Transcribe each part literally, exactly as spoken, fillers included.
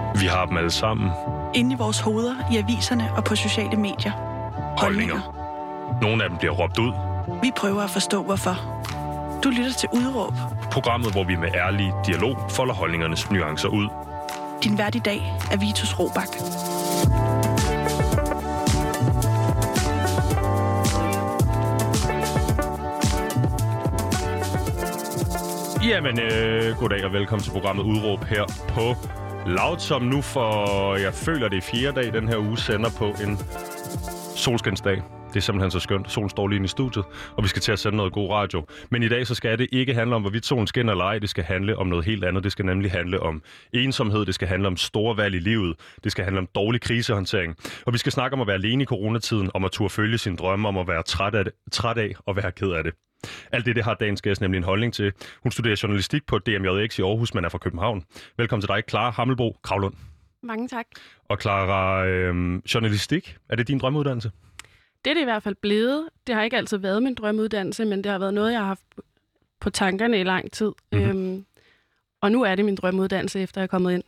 Vi har dem alle sammen. Inde i vores hoveder, i aviserne og på sociale medier. Holdninger. Nogle af dem bliver råbt ud. Vi prøver at forstå, hvorfor. Du lytter til Udråb. Programmet, hvor vi med ærlig dialog folder holdningernes nuancer ud. Din vært i dag er Vitus Robak. Jamen, øh, goddag og velkommen til programmet Udråb her på Loud, som nu for, jeg føler det er fjerde dag den her uge, sender på en solskinsdag. Det er simpelthen så skønt. Solen står lige inde i studiet, og vi skal til at sende noget god radio. Men i dag så skal det ikke handle om, hvorvidt solen skinner eller ej. Det skal handle om noget helt andet. Det skal nemlig handle om ensomhed. Det skal handle om store valg i livet. Det skal handle om dårlig krisehåndtering. Og vi skal snakke om at være alene i coronatiden, om at turde følge sine drømme, om at være træt af, det, træt af og være ked af det. Alt det, det har dagens gæst nemlig en holdning til. Hun studerer journalistik på D M J X i Aarhus, men er fra København. Velkommen til dig, Clara Hammelbo Kravlund. Mange tak. Og Clara, øh, journalistik, er det din drømmeuddannelse? Det er det i hvert fald blevet. Det har ikke altid været min drømmeuddannelse, men det har været noget, jeg har haft på tankerne i lang tid. Mm-hmm. Øhm, og nu er det min drømmeuddannelse, efter jeg er kommet ind.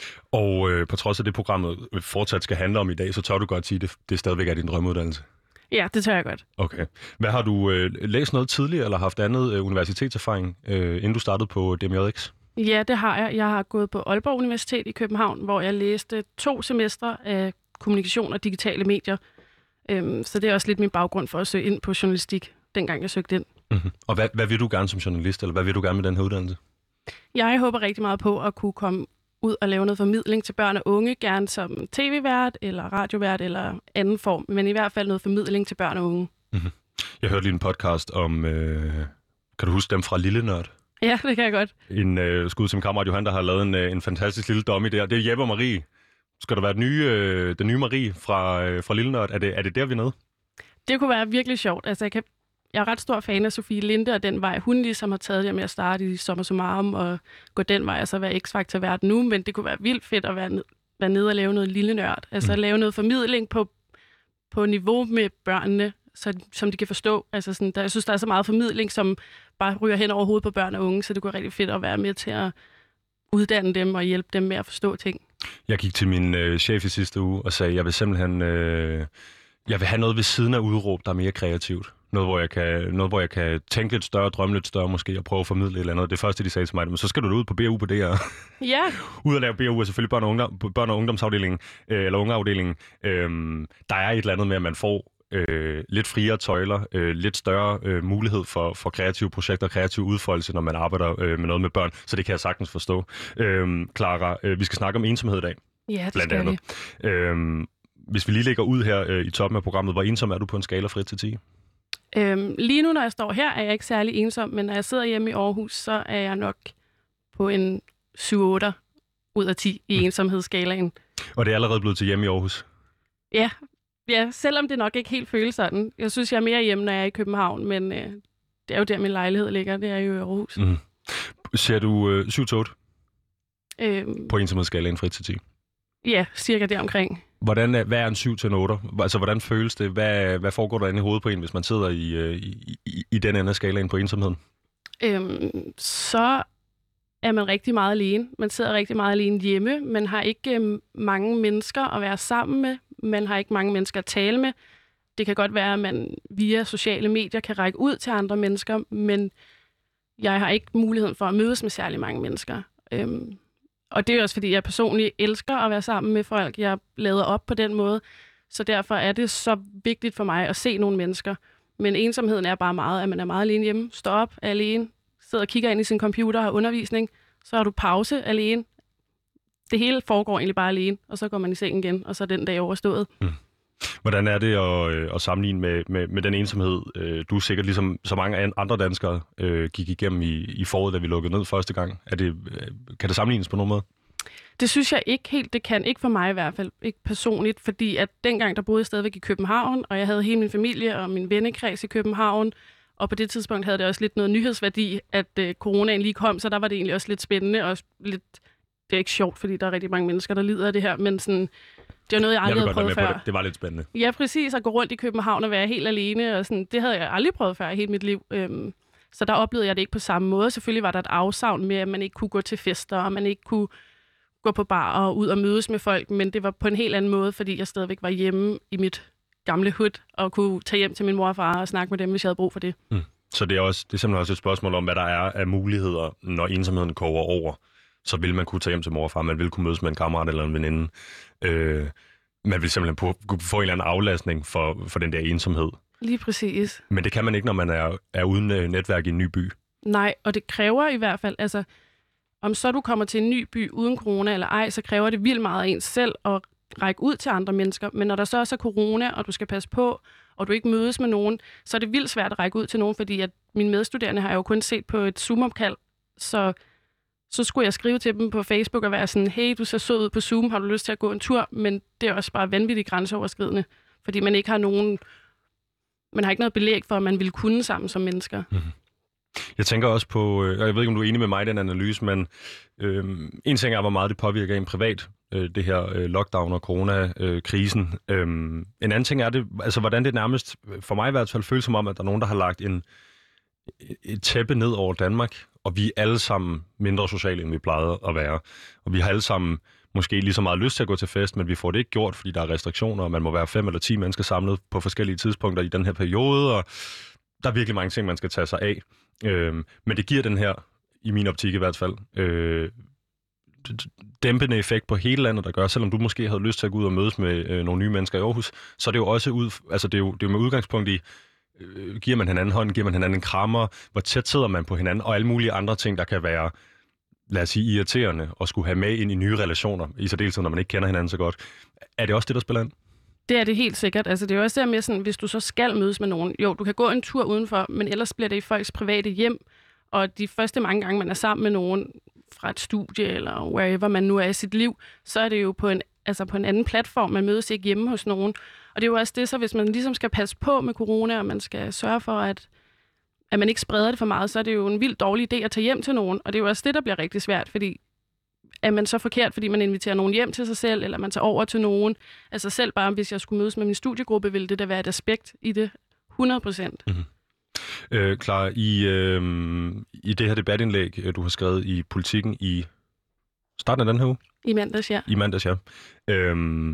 Og øh, på trods af det, programmet fortsat skal handle om i dag, så tør du godt sige, at det, det stadigvæk er din drømmeuddannelse? Ja, det tør jeg godt. Okay. Hvad har du øh, læst noget tidligere, eller haft andet øh, universitetserfaring, øh, inden du startede på D M J X? Ja, det har jeg. Jeg har gået på Aalborg Universitet i København, hvor jeg læste to semestre af kommunikation og digitale medier. Øhm, så det er også lidt min baggrund for at søge ind på journalistik, dengang jeg søgte ind. Mm-hmm. Og hvad, hvad vil du gerne som journalist, eller hvad vil du gerne med den her uddannelse? Jeg håber rigtig meget på at kunne komme ud og lave noget formidling til børn og unge, gerne som tv-vært eller radiovært eller anden form, men i hvert fald noget formidling til børn og unge. Mm-hmm. Jeg hørte lige en podcast om, øh, kan du huske dem fra Lille Nørd? Ja, det kan jeg godt. En øh, skud til kammerat Johan, der har lavet en, øh, en fantastisk lille dummy der. Det er Jeppe og Marie. Skal der være den nye, øh, den nye Marie fra, øh, fra Lille Nørd? Er det, er det der, vi er nede? Det kunne være virkelig sjovt. Altså, jeg, kan, jeg er ret stor fan af Sofie Linde og den vej, hun ligesom har taget det med at starte i Sommer Summarum og gå den vej og så være X-Factor-vært nu. Men det kunne være vildt fedt at være, være nede og lave noget Lille Nørd. Altså mm. lave noget formidling på, på niveau med børnene, så, som de kan forstå. Altså, sådan, der, jeg synes, der er så meget formidling, som bare ryger hen over hovedet på børn og unge, så det kunne være rigtig fedt at være med til at uddanne dem og hjælpe dem med at forstå ting. Jeg gik til min øh, chef i sidste uge og sagde, jeg vil simpelthen øh, jeg vil have noget ved siden af Udråb, der er mere kreativt. Noget, hvor jeg kan, noget, hvor jeg kan tænke lidt større, drømme lidt større måske, og prøve at formidle et eller andet. Det første, de sagde til mig, men så skal du ud på B U på D R. Ja. Ud og lave B U, selvfølgelig børn og, ungdom, børn og ungdomsafdelingen, øh, eller ungeafdelingen. Øh, der er et eller andet med, at man får øh, lidt friere tøjler, øh, lidt større øh, mulighed for, for kreative projekter og kreativ udfoldelse, når man arbejder øh, med noget med børn. Så det kan jeg sagtens forstå. Øh, Clara, øh, vi skal snakke om ensomhed i dag. Ja, det blandt skal andet. vi. Øh, hvis vi lige lægger ud her øh, i toppen af programmet, hvor ensom er du på en skala fra et til ti? Øhm, lige nu, når jeg står her, er jeg ikke særlig ensom, men når jeg sidder hjemme i Aarhus, så er jeg nok på en syv otte ud af ti i ensomhedsskalaen. Og det er allerede blevet til hjemme i Aarhus? Ja, ja, selvom det nok ikke helt føles sådan. Jeg synes, jeg er mere hjemme, når jeg er i København, men øh, det er jo der, min lejlighed ligger. Det er jo i Aarhus. Mm. Ser du øh, syv til otte øhm, på ensomhedsskalaen fra et til ti? Ja, cirka deromkring. Hvordan er, hvad er en syv til en otte? Altså, hvordan føles det? Hvad, hvad foregår der inde i hovedet på en, hvis man sidder i, i, i, i den anden skalaen på ensomheden? Øhm, så er man rigtig meget alene. Man sidder rigtig meget alene hjemme. Man har ikke øhm, mange mennesker at være sammen med. Man har ikke mange mennesker at tale med. Det kan godt være, at man via sociale medier kan række ud til andre mennesker, men jeg har ikke muligheden for at mødes med særlig mange mennesker. Øhm, Og det er også, fordi jeg personligt elsker at være sammen med folk. Jeg lader op på den måde. Så derfor er det så vigtigt for mig at se nogle mennesker. Men ensomheden er bare meget, at man er meget alene hjemme. Står op alene, sidder og kigger ind i sin computer og har undervisning. Så har du pause alene. Det hele foregår egentlig bare alene, og så går man i seng igen, og så er den dag overstået. Mm. Hvordan er det at, at sammenligne med, med, med den ensomhed, du sikkert ligesom så mange andre danskere øh, gik igennem i, i foråret, da vi lukkede ned første gang? Er det, kan det sammenlignes på nogen måde? Det synes jeg ikke helt, det kan. Ikke for mig i hvert fald, ikke personligt, fordi at dengang, der boede jeg stadigvæk i København, og jeg havde hele min familie og min vennekreds i København, og på det tidspunkt havde det også lidt noget nyhedsværdi, at øh, coronaen lige kom, så der var det egentlig også lidt spændende og lidt. Det er ikke sjovt, fordi der er rigtig mange mennesker, der lider af det her, men sådan, det var noget, jeg aldrig jeg havde prøvet før. Det. det var lidt spændende. Ja, præcis, at gå rundt i København og være helt alene, og sådan, det havde jeg aldrig prøvet før i hele mit liv. Øhm, så der oplevede jeg det ikke på samme måde. Selvfølgelig var der et afsavn med, at man ikke kunne gå til fester, og man ikke kunne gå på bar og ud og mødes med folk, men det var på en helt anden måde, fordi jeg stadigvæk var hjemme i mit gamle hud og kunne tage hjem til min mor og far og snakke med dem, hvis jeg havde brug for det. Mm. Så det er, også, det er simpelthen også et spørgsmål om, hvad der er af muligheder, når ensomheden koger over. Så vil man kunne tage hjem til mor og far, man vil kunne mødes med en kammerat eller en veninde. Øh, man vil simpelthen på, få en eller anden aflastning for, for den der ensomhed. Lige præcis. Men det kan man ikke, når man er, er uden netværk i en ny by. Nej, og det kræver i hvert fald, altså om så du kommer til en ny by uden corona eller ej, så kræver det vildt meget af ens selv at række ud til andre mennesker. Men når der så også er corona, og du skal passe på, og du ikke mødes med nogen, så er det vildt svært at række ud til nogen, fordi at mine medstuderende har jeg jo kun set på et Zoom-opkald, så, så skulle jeg skrive til dem på Facebook og være sådan, hey, du ser sød ud på Zoom, har du lyst til at gå en tur? Men det er også bare vanvittigt grænseoverskridende, fordi man ikke har nogen, man har ikke noget belæg for, at man ville kunne sammen som mennesker. Mm-hmm. Jeg tænker også på, og jeg ved ikke, om du er enig med mig i den analyse, men øh, en ting er, hvor meget det påvirker en privat, øh, det her øh, lockdown og coronakrisen. Øh, en anden ting er, det, altså, hvordan det nærmest, for mig i hvert fald, føles som om, at der er nogen, der har lagt en, et tæppe ned over Danmark, og vi er alle sammen mindre sociale, end vi plejede at være. Og vi har alle sammen måske lige så meget lyst til at gå til fest, men vi får det ikke gjort, fordi der er restriktioner, og man må være fem eller ti mennesker samlet på forskellige tidspunkter i den her periode, og der er virkelig mange ting, man skal tage sig af. Øh, men det giver den her, i min optik i hvert fald, øh, dæmpende effekt på hele landet, der gør, selvom du måske havde lyst til at gå ud og mødes med øh, nogle nye mennesker i Aarhus, så er det jo også ud, altså det er jo, det er jo med udgangspunkt i, øh, giver man hinanden hånden, giver man hinanden en krammer, hvor tæt sidder man på hinanden, og alle mulige andre ting, der kan være, lad os sige, irriterende at skulle have med ind i nye relationer, i særdeleshed, når man ikke kender hinanden så godt. Er det også det, der spiller ind? Det er det helt sikkert. Altså, det er jo også der med sådan, hvis du så skal mødes med nogen. Jo, du kan gå en tur udenfor, men ellers bliver det i folks private hjem. Og de første mange gange, man er sammen med nogen fra et studie, eller wherever man nu er i sit liv, så er det jo på en, altså på en anden platform. Man mødes ikke hjemme hos nogen. Og det er jo også det, så hvis man ligesom skal passe på med corona, og man skal sørge for, at, at man ikke spreder det for meget, så er det jo en vildt dårlig idé at tage hjem til nogen. Og det er jo også det, der bliver rigtig svært, fordi er man så forkert, fordi man inviterer nogen hjem til sig selv, eller man tager over til nogen. Altså selv bare, hvis jeg skulle mødes med min studiegruppe, ville det da være et aspekt i det hundrede procent. Mm-hmm. Øh, Clara, i, øh, i det her debatindlæg, du har skrevet i Politikken i starten af den her uge? I mandags, ja. I mandags, ja. Øh,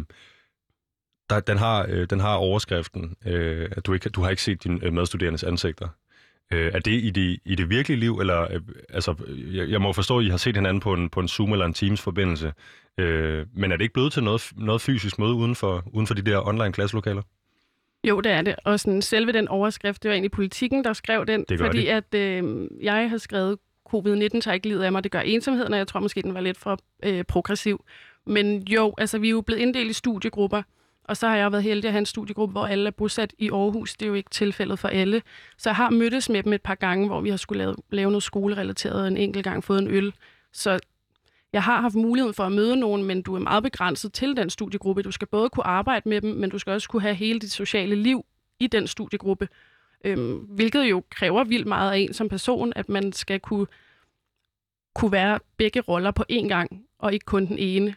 der, den, har, øh, den har overskriften, øh, at du, ikke, du har ikke set dine medstuderendes ansigter. Øh, er det i det, i det virkelige liv, eller øh, altså, jeg, jeg må forstå, at I har set hinanden på en, på en Zoom eller en Teams-forbindelse, øh, men er det ikke blevet til noget, noget fysisk møde uden for, uden for de der online-klasselokaler? Jo, det er det. Og sådan, selve den overskrift, det var egentlig Politikken, der skrev den, fordi de. at øh, jeg har skrevet, covid nitten tager ikke livet af mig, det gør ensomheden, og jeg tror måske, den var lidt for øh, progressiv. Men jo, altså vi er jo blevet inddelt i studiegrupper, og så har jeg været heldig at have en studiegruppe, hvor alle er bosat i Aarhus. Det er jo ikke tilfældet for alle. Så jeg har mødtes med dem et par gange, hvor vi har skulle lave, lave noget skolerelateret, og en enkelt gang fået en øl. Så jeg har haft mulighed for at møde nogen, men du er meget begrænset til den studiegruppe. Du skal både kunne arbejde med dem, men du skal også kunne have hele dit sociale liv i den studiegruppe. Øhm, hvilket jo kræver vildt meget af en som person, at man skal kunne, kunne være begge roller på én gang, og ikke kun den ene.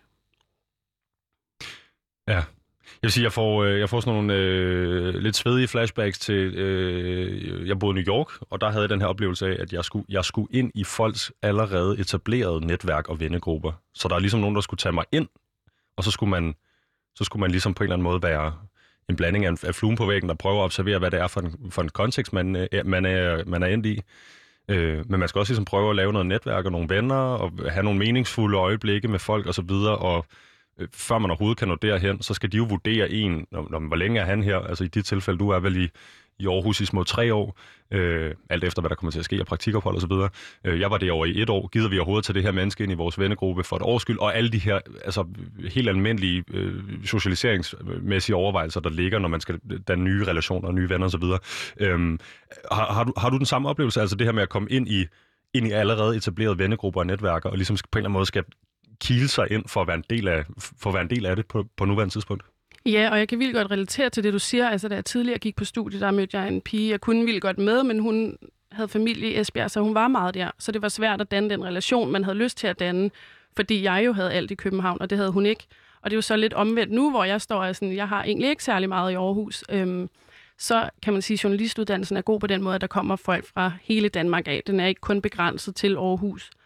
Ja. Jeg vil sige, jeg får, jeg får sådan nogle øh, lidt svedige flashbacks til, øh, jeg boede i New York, og der havde jeg den her oplevelse af, at jeg skulle, jeg skulle ind i folks allerede etablerede netværk og vennegrupper. Så der er ligesom nogen, der skulle tage mig ind, og så skulle man, så skulle man ligesom på en eller anden måde være en blanding af, af fluen på væggen, der prøver at observere, hvad det er for en, for en kontekst, man, man, er, man er endt i. Øh, men man skal også ligesom prøve at lave noget netværk og nogle venner, og have nogle meningsfulde øjeblikke med folk og så videre, og før man overhovedet kan nå derhen, så skal de jo vurdere en, når, hvor længe er han her, altså i dit tilfælde, du er vel i, i Aarhus i små tre år, øh, alt efter hvad der kommer til at ske, og praktikophold og så videre. Øh, jeg var derovre i et år, gider vi overhovedet til det her menneske ind i vores vennegruppe for et års skyld, og alle de her altså, helt almindelige øh, socialiseringsmæssige overvejelser, der ligger, når man skal danne nye relationer og nye venner og så videre. Øh, har, har, du, har du den samme oplevelse, altså det her med at komme ind i, ind i allerede etablerede vennegrupper og netværker, og ligesom på en eller anden måde skal kile sig ind for at være en del af, for at være en del af det på, på nuværende tidspunkt? Ja, og jeg kan vildt godt relatere til det, du siger. Altså, da jeg tidligere gik på studie, der mødte jeg en pige, jeg kunne vildt godt med, men hun havde familie i Esbjerg, så hun var meget der. Så det var svært at danne den relation, man havde lyst til at danne, fordi jeg jo havde alt i København, og det havde hun ikke. Og det er jo så lidt omvendt nu, hvor jeg står og sådan, jeg har egentlig ikke særlig meget i Aarhus. Øhm, så kan man sige, at journalistuddannelsen er god på den måde, at der kommer folk fra hele Danmark af. Den er ikke kun begrænset til Aarhus.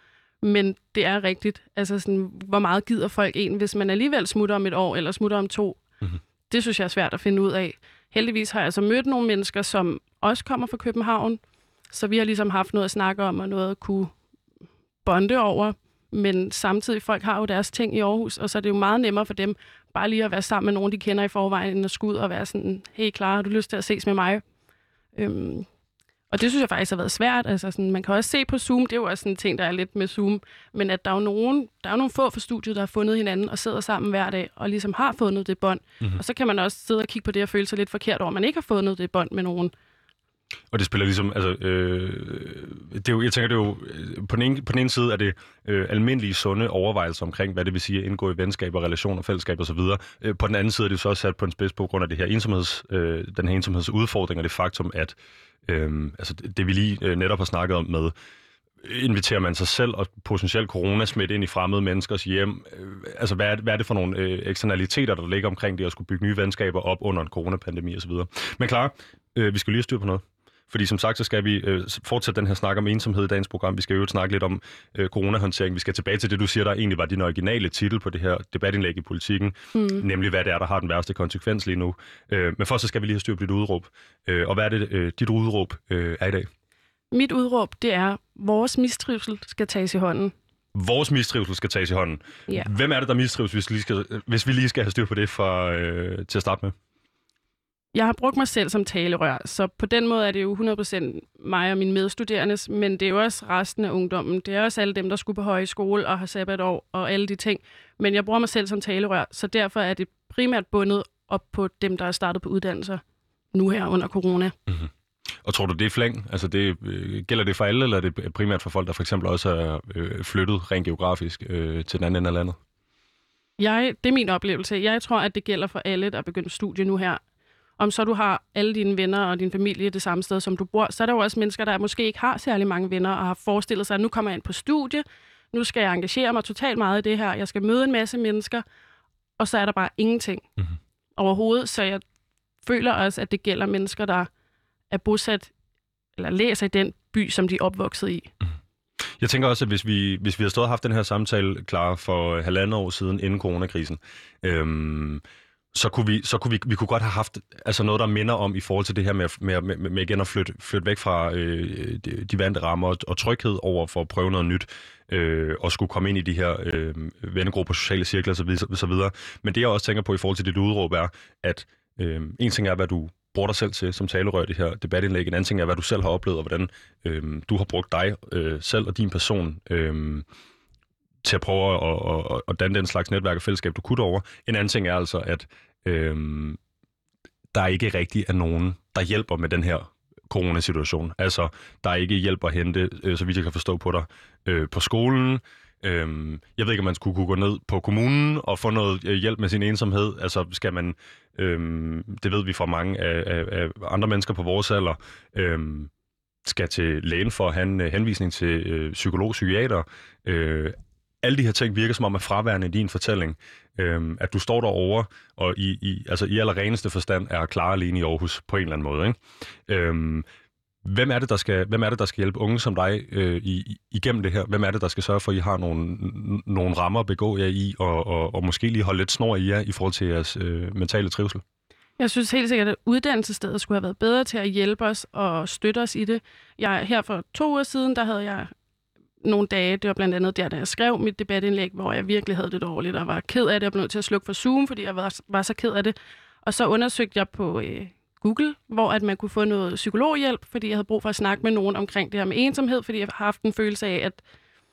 Men det er rigtigt. Altså sådan, hvor meget gider folk en, hvis man alligevel smutter om et år, eller smutter om to? Mm-hmm. Det synes jeg er svært at finde ud af. Heldigvis har jeg altså mødt nogle mennesker, som også kommer fra København, så vi har ligesom haft noget at snakke om, og noget at kunne bonde over. Men samtidig, folk har jo deres ting i Aarhus, og så er det jo meget nemmere for dem bare lige at være sammen med nogen, de kender i forvejen, end at skulle ud og være sådan, hey Clara, har du lyst til at ses med mig? Øhm, og det synes jeg faktisk har været svært. Altså sådan, man kan også se på Zoom, det er jo også sådan en ting, der er lidt med Zoom, men at der er jo nogen, der er jo nogle få fra studiet, der har fundet hinanden og sidder sammen hver dag, og ligesom har fundet det bånd. Mm-hmm. Og så kan man også sidde og kigge på det og føle sig lidt forkert over, at man ikke har fundet det bånd med nogen. Og det spiller ligesom, altså, øh, det er jo, jeg tænker, det er jo, på den ene, på den ene side er det øh, almindelige, sunde overvejelser omkring, hvad det vil sige at indgå i venskaber, relationer, fællesskab osv. Øh, på den anden side er det så også sat på en spids på grund af det her ensomheds, øh, den her ensomhedsudfordring, og det faktum, at øh, altså, det vi lige øh, netop har snakket om med, inviterer man sig selv og potentielt coronasmidt ind i fremmede menneskers hjem? Øh, altså, hvad er, hvad er det for nogle øh, eksternaliteter, der ligger omkring det at skulle bygge nye venskaber op under en coronapandemi osv.? Men klar, øh, vi skal lige have styr på noget. Fordi som sagt, så skal vi øh, fortsætte den her snak om ensomhed i dagens program. Vi skal jo snakke lidt om øh, coronahåndtering. Vi skal tilbage til det, du siger, der egentlig var din originale titel på det her debatindlæg i Politikken. Mm. Nemlig, hvad det er, der har den værste konsekvens lige nu. Øh, men først så skal vi lige have styr på dit udråb. Øh, og hvad er det, øh, dit udråb øh, er i dag? Mit udråb, det er, vores mistrivsel skal tages i hånden. Vores mistrivsel skal tages i hånden. Ja. Hvem er det, der mistrives, hvis vi lige skal, hvis vi lige skal have styr på det for, øh, til at starte med? Jeg har brugt mig selv som talerør, så på den måde er det jo hundrede procent mig og mine medstuderendes, men det er jo også resten af ungdommen. Det er også alle dem, der skulle på højskole og har sabbatår og alle de ting. Men jeg bruger mig selv som talerør, så derfor er det primært bundet op på dem, der er startet på uddannelser nu her under corona. Mm-hmm. Og tror du, det er flæng? Altså, det, øh, gælder det for alle, eller er det primært for folk, der for eksempel også er øh, flyttet rent geografisk øh, til den anden ende af landet? Jeg, det er min oplevelse. Jeg tror, at det gælder for alle, der er begyndt studie nu her. Om så du har alle dine venner og din familie det samme sted, som du bor, så er der jo også mennesker, der måske ikke har særlig mange venner og har forestillet sig, at nu kommer jeg ind på studie, nu skal jeg engagere mig totalt meget i det her, jeg skal møde en masse mennesker, og så er der bare ingenting mm-hmm. overhovedet. Så jeg føler også, at det gælder mennesker, der er bosat eller læser i den by, som de er opvokset i. Mm-hmm. Jeg tænker også, at hvis vi, hvis vi har stået og haft den her samtale klar for halvandet år siden, inden coronakrisen, øhm, så kunne vi, så kunne vi, vi kunne godt have haft altså noget, der minder om i forhold til det her med, med, med, med igen at flytte, flytte væk fra øh, de, de vante rammer og, og tryghed over for at prøve noget nyt øh, og skulle komme ind i de her øh, vennegrupper, sociale cirkler osv. Så, så videre. Men det jeg også tænker på i forhold til dit udråb er, at øh, en ting er, hvad du bruger dig selv til som talerør i det her debatindlæg, en anden ting er, hvad du selv har oplevet, og hvordan øh, du har brugt dig øh, selv og din person øh, til at prøve at, at, at danne den slags netværk og fællesskab, du kunne derovre. En anden ting er altså, at øhm, der ikke rigtig er nogen, der hjælper med den her coronasituation. Altså, der er ikke hjælp at hente, øh, så vidt jeg kan forstå på dig, øh, på skolen. Øhm, jeg ved ikke, om man skulle kunne gå ned på kommunen og få noget øh, hjælp med sin ensomhed. Altså, skal man, øhm, det ved vi fra mange af, af, af andre mennesker på vores alder, øhm, skal til lægen for at have en henvisning til øh, psykolog, psykiater. Øh, Alle de her ting virker som om, at fraværende i din fortælling, øhm, at du står derovre og i, i, altså i allerreneste forstand er klar alene i Aarhus på en eller anden måde. Ikke? Øhm, hvem, er det, der skal, hvem er det, der skal hjælpe unge som dig øh, i, igennem det her? Hvem er det, der skal sørge for, at I har nogle, nogle rammer at begå jer i, og, og, og måske lige holde lidt snor i jer i forhold til jeres øh, mentale trivsel? Jeg synes helt sikkert, at uddannelsesstedet skulle have været bedre til at hjælpe os og støtte os i det. Jeg, her for to uger siden, der havde jeg nogle dage, det var blandt andet der, da jeg skrev mit debatindlæg, hvor jeg virkelig havde det dårligt og var ked af det og blev nødt til at slukke for Zoom, fordi jeg var, var så ked af det. Og så undersøgte jeg på øh, Google, hvor at man kunne få noget psykologhjælp, fordi jeg havde brug for at snakke med nogen omkring det her med ensomhed, fordi jeg har haft en følelse af, at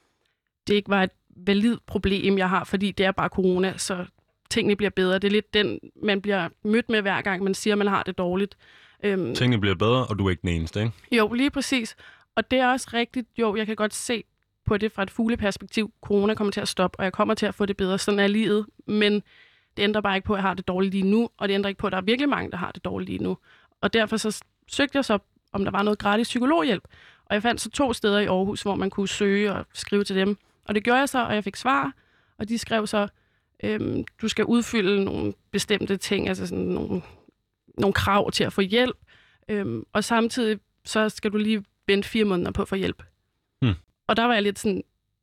det ikke var et validt problem, jeg har, fordi det er bare corona, så tingene bliver bedre. Det er lidt den, man bliver mødt med hver gang, man siger, man har det dårligt. Øhm, tingene bliver bedre, og du er ikke den eneste, ikke? Jo, lige præcis. Og det er også rigtigt, jo, jeg kan godt se på det fra et fugleperspektiv. Corona kommer til at stoppe, og jeg kommer til at få det bedre. Sådan er livet. Men det ændrer bare ikke på, at jeg har det dårligt lige nu, og det ændrer ikke på, at der er virkelig mange, der har det dårligt lige nu. Og derfor så søgte jeg så, om der var noget gratis psykologhjælp. Og jeg fandt så to steder i Aarhus, hvor man kunne søge og skrive til dem. Og det gjorde jeg så, og jeg fik svar, og de skrev så, øhm, du skal udfylde nogle bestemte ting, altså sådan nogle, nogle krav til at få hjælp. Øhm, og samtidig så skal du lige vente fire måneder på at få hjælp. Hmm. Og der var jeg lidt sådan,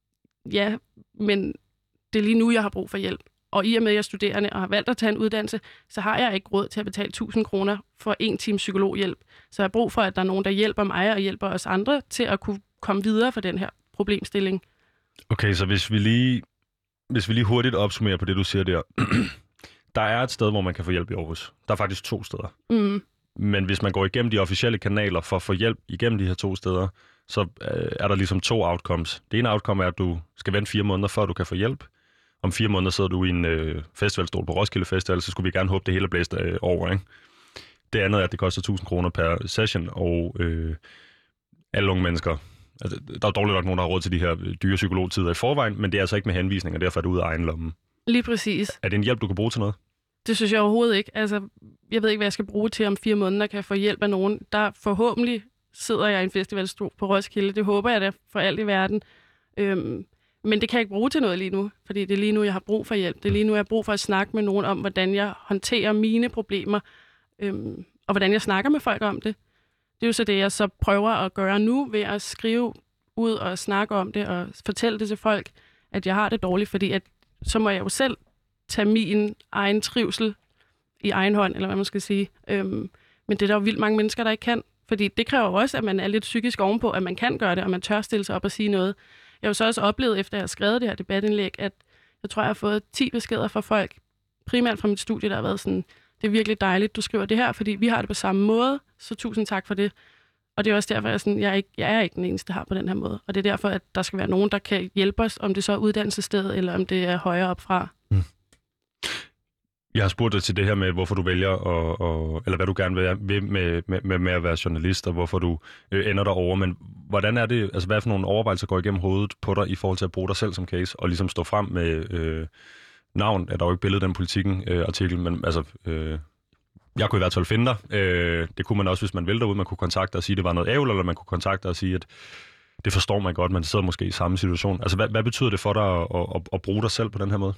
ja, men det er lige nu, jeg har brug for hjælp. Og i og med, at jeg er studerende og har valgt at tage en uddannelse, så har jeg ikke råd til at betale tusind kroner for en time psykologhjælp. Så jeg har brug for, at der er nogen, der hjælper mig og hjælper os andre til at kunne komme videre for den her problemstilling. Okay, så hvis vi lige, hvis vi lige hurtigt opsummerer på det, du siger der. Der er et sted, hvor man kan få hjælp i Aarhus. Der er faktisk to steder. Mm. Men hvis man går igennem de officielle kanaler for at få hjælp igennem de her to steder, så øh, er der ligesom to outcomes. Det ene outcome er, at du skal vente fire måneder, før du kan få hjælp. Om fire måneder sidder du i en øh, festivalstol på Roskilde Festival, så skulle vi gerne håbe, det hele blæst øh, over, ikke? Det andet er, at det koster tusind kroner per session, og øh, alle unge mennesker. Altså, der er dårligt nok nogen, der har råd til de her dyre psykologtider i forvejen, men det er altså ikke med henvisning, og derfor er det ud af egen lomme. Lige præcis. Er det en hjælp, du kan bruge til noget? Det synes jeg overhovedet ikke. Altså, jeg ved ikke, hvad jeg skal bruge til om fire måneder, kan jeg få hjælp af nogen. Der forhåbentlig sidder jeg i en festivalstol på Roskilde. Det håber jeg da for alt i verden. Øhm, men det kan jeg ikke bruge til noget lige nu, fordi det er lige nu, jeg har brug for hjælp. Det er lige nu, jeg har brug for at snakke med nogen om, hvordan jeg håndterer mine problemer, øhm, og hvordan jeg snakker med folk om det. Det er jo så det, jeg så prøver at gøre nu, ved at skrive ud og snakke om det, og fortælle det til folk, at jeg har det dårligt, fordi at, så må jeg jo selv tage min egen trivsel i egen hånd, eller hvad man skal sige. Øhm, men det er der jo vildt mange mennesker, der ikke kan. Fordi det kræver også, at man er lidt psykisk ovenpå, at man kan gøre det, og man tør stille sig op og sige noget. Jeg har jo så også oplevet, efter jeg har skrevet det her debatindlæg, at jeg tror, jeg har fået ti beskeder fra folk, primært fra mit studie, der har været sådan, det er virkelig dejligt, du skriver det her, fordi vi har det på samme måde, så tusind tak for det. Og det er også derfor, jeg er, sådan, jeg er, ikke, jeg er ikke den eneste, der har på den her måde. Og det er derfor, at der skal være nogen, der kan hjælpe os, om det så er uddannelsesstedet, eller om det er højere op fra. Mm. Jeg har spurgt dig til det her med, hvorfor du vælger, at, og, eller hvad du gerne vil med, med, med, med at være journalist, og hvorfor du øh, ender derover. Men hvordan er det, altså hvad for nogle overvejelser går igennem hovedet på dig, i forhold til at bruge dig selv som case, og ligesom stå frem med øh, navn, er der jo ikke billedet den politikken øh, artikel, men altså, øh, jeg kunne i hvert fald finde dig. Øh, det kunne man også, hvis man ville derude, man kunne kontakte og sige, at det var noget ævl, eller man kunne kontakte og sige, at det forstår man godt, man sidder måske i samme situation. Altså, hvad, hvad betyder det for dig at, at, at, at bruge dig selv på den her måde?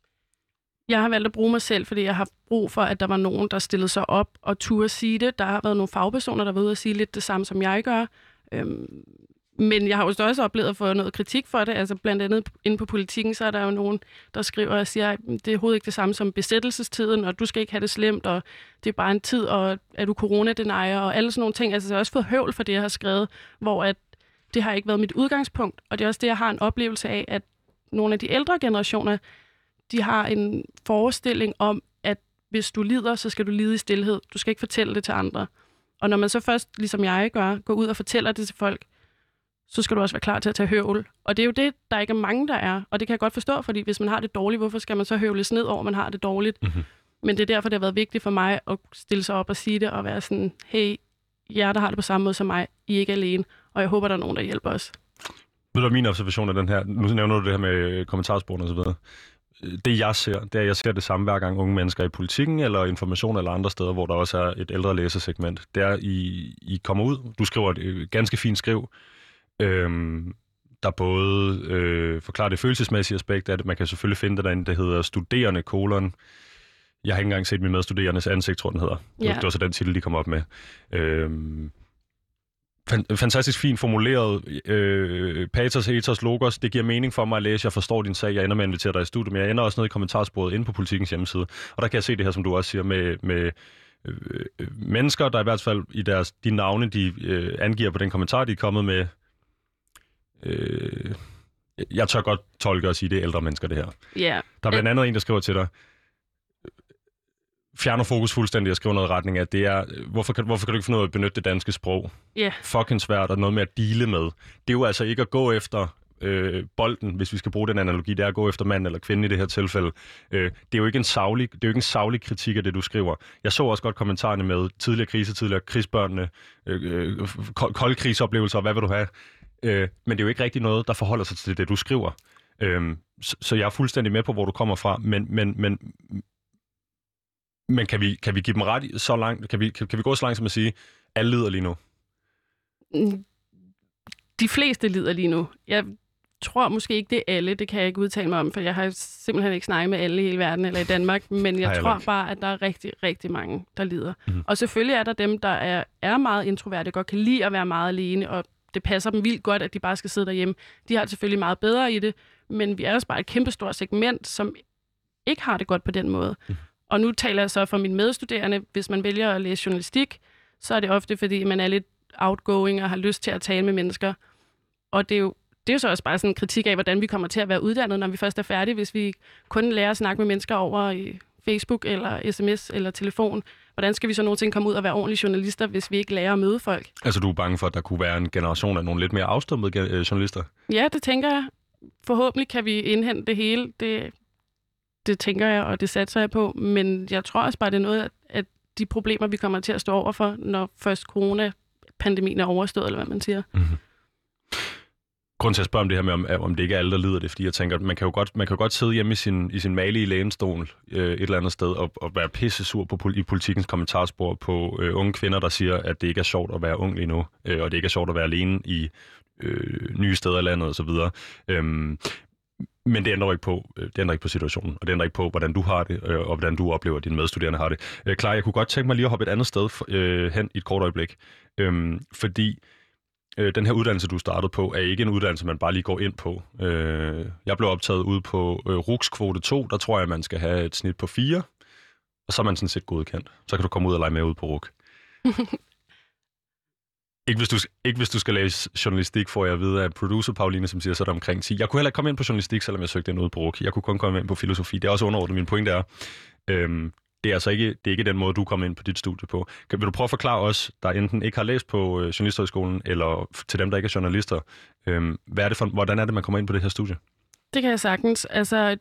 Jeg har valgt at bruge mig selv, fordi jeg har brug for, at der var nogen, der stillede sig op og turde sige det. Der har været nogle fagpersoner, der var ude og sige lidt det samme, som jeg gør. Øhm, men jeg har jo også oplevet at få noget kritik for det. Altså blandt andet inde på Politikken, så er der jo nogen, der skriver og siger, at det er overhovedet ikke det samme som besættelsestiden, og du skal ikke have det slemt, og det er bare en tid, og er du corona-denier, og alle sådan nogle ting. Altså jeg har også fået høvl for det, jeg har skrevet, hvor at det har ikke været mit udgangspunkt. Og det er også det, jeg har en oplevelse af, at nogle af de ældre generationer, de har en forestilling om, at hvis du lider, så skal du lide i stilhed. Du skal ikke fortælle det til andre. Og når man så først, ligesom jeg gør, går ud og fortæller det til folk, så skal du også være klar til at tage høvl. Og det er jo det, der ikke er mange, der er. Og det kan jeg godt forstå, fordi hvis man har det dårligt, hvorfor skal man så høvles ned over, at man har det dårligt? Mm-hmm. Men det er derfor, det har været vigtigt for mig at stille sig op og sige det, og være sådan, hey, jer, der har det på samme måde som mig, I er ikke alene. Og jeg håber, der er nogen, der hjælper os. Ved du, min observation af den her, nu nævner du det her med kommentarsporene og så videre. Det jeg ser, det er, at jeg ser det samme hver gang unge mennesker i Politikken eller Information eller andre steder, hvor der også er et ældre læsersegment. Det er, I, I kommer ud, du skriver et ganske fint skriv, øhm, der både øh, forklarer det følelsesmæssige aspekt af det. Man kan selvfølgelig finde det derinde, det hedder studerende kolon. Jeg har ikke engang set min medstuderendes ansigt, tror den hedder. Ja. Det var så den titel, de kom op med. Øhm, Fantastisk fint formuleret, øh, patos, ethos, logos. Det giver mening for mig at læse. Jeg forstår din sag. Jeg ender med at invitere dig i studiet, men jeg ender også ned i kommentarsporet inde på Politikens hjemmeside. Og der kan jeg se det her, som du også siger, med, med øh, mennesker, der i hvert fald i deres, de navne, de øh, angiver på den kommentar, de er kommet med. Øh, jeg tør godt tolke og sige, det er ældre mennesker, det her. Yeah. Der er blandt andet en, der skriver til dig, fjerner fokus fuldstændig og skriver noget i retning af, det er, hvorfor kan, hvorfor kan du ikke finde ud af at benytte det danske sprog? Yeah. Fucking svært og noget med at deale med. Det er jo altså ikke at gå efter øh, bolden, hvis vi skal bruge den analogi, det er at gå efter mand eller kvinde i det her tilfælde. Øh, det er jo ikke en saglig, det er jo ikke en saglig kritik af det, du skriver. Jeg så også godt kommentarerne med tidligere krise, tidligere krigsbørnene, øh, øh, kolde krigsoplevelser, hvad vil du have? Øh, men det er jo ikke rigtig noget, der forholder sig til det, du skriver. Øh, så, så jeg er fuldstændig med på, hvor du kommer fra, men, men, men Men kan vi, kan vi give dem ret så langt? Kan vi, kan, kan vi gå så langt som at sige, alle lider lige nu? De fleste lider lige nu. Jeg tror måske ikke, det er alle. Det kan jeg ikke udtale mig om, for jeg har simpelthen ikke snakket med alle i hele verden eller i Danmark. Men jeg tror bare, at der er rigtig, rigtig mange, der lider. Mm-hmm. Og selvfølgelig er der dem, der er, er meget introverte, godt kan lide at være meget alene, og det passer dem vildt godt, at de bare skal sidde derhjemme. De har selvfølgelig meget bedre i det, Men vi er også bare et kæmpestort segment, som ikke har det godt på den måde. Mm. Og nu taler jeg så for mine medstuderende. Hvis man vælger at læse journalistik, så er det ofte, fordi man er lidt outgoing og har lyst til at tale med mennesker. Og det er jo, det er jo så også bare sådan en kritik af, hvordan vi kommer til at være uddannet, når vi først er færdige, hvis vi kun lærer at snakke med mennesker over i Facebook eller sms eller telefon. Hvordan skal vi så nogensinde komme ud og være ordentlige journalister, hvis vi ikke lærer at møde folk? Altså, du er bange for, at der kunne være en generation af nogle lidt mere afstumpede journalister? Ja, det tænker jeg. Forhåbentlig kan vi indhente det hele. Det, det tænker jeg, og det satser jeg på. Men jeg tror også bare, det er noget, at de problemer, vi kommer til at stå overfor, når først coronapandemien er overstået, eller hvad man siger. Mm-hmm. Grunden til at spørge om det her med, om, om det ikke er alle, der lider det, fordi jeg tænker, at man kan jo godt, man kan jo godt sidde hjemme i sin, i sin malige lænestol øh, et eller andet sted og, og være pissesur på, i politikens kommentarspor på øh, unge kvinder, der siger, at det ikke er sjovt at være ung lige nu, øh, og det ikke er sjovt at være alene i øh, nye steder i landet osv. Øhm, men det ændrer ikke på, det ændrer ikke på situationen, og det ændrer ikke på, hvordan du har det, øh, og hvordan du oplever, at dine medstuderende har det. Øh, Clara, jeg kunne godt tænke mig lige at hoppe et andet sted øh, hen i et kort øjeblik, øh, fordi den her uddannelse, du startede på, er ikke en uddannelse, man bare lige går ind på. Jeg blev optaget ude på R U C's kvote to, der tror jeg, man skal have et snit på fire, og så er man sådan set godkendt. Så kan du komme ud og lege med ude på R U C. ikke, hvis du, ikke hvis du skal læse journalistik, får jeg at vide af producer Pauline, som siger, så er der omkring ti. Jeg kunne heller ikke komme ind på journalistik, selvom jeg søgte ind ude på R U C. Jeg kunne kun komme ind på filosofi. Det er også underordnet. Min pointe er, øhm, det er altså ikke, det er ikke den måde, du kommer ind på dit studie på. Kan, vil du prøve at forklare os, der enten ikke har læst på øh, Journalisthøjskolen, eller til dem, der ikke er journalister, øh, hvad er det for, hvordan er det, man kommer ind på det her studie? Det kan jeg sagtens. Altså,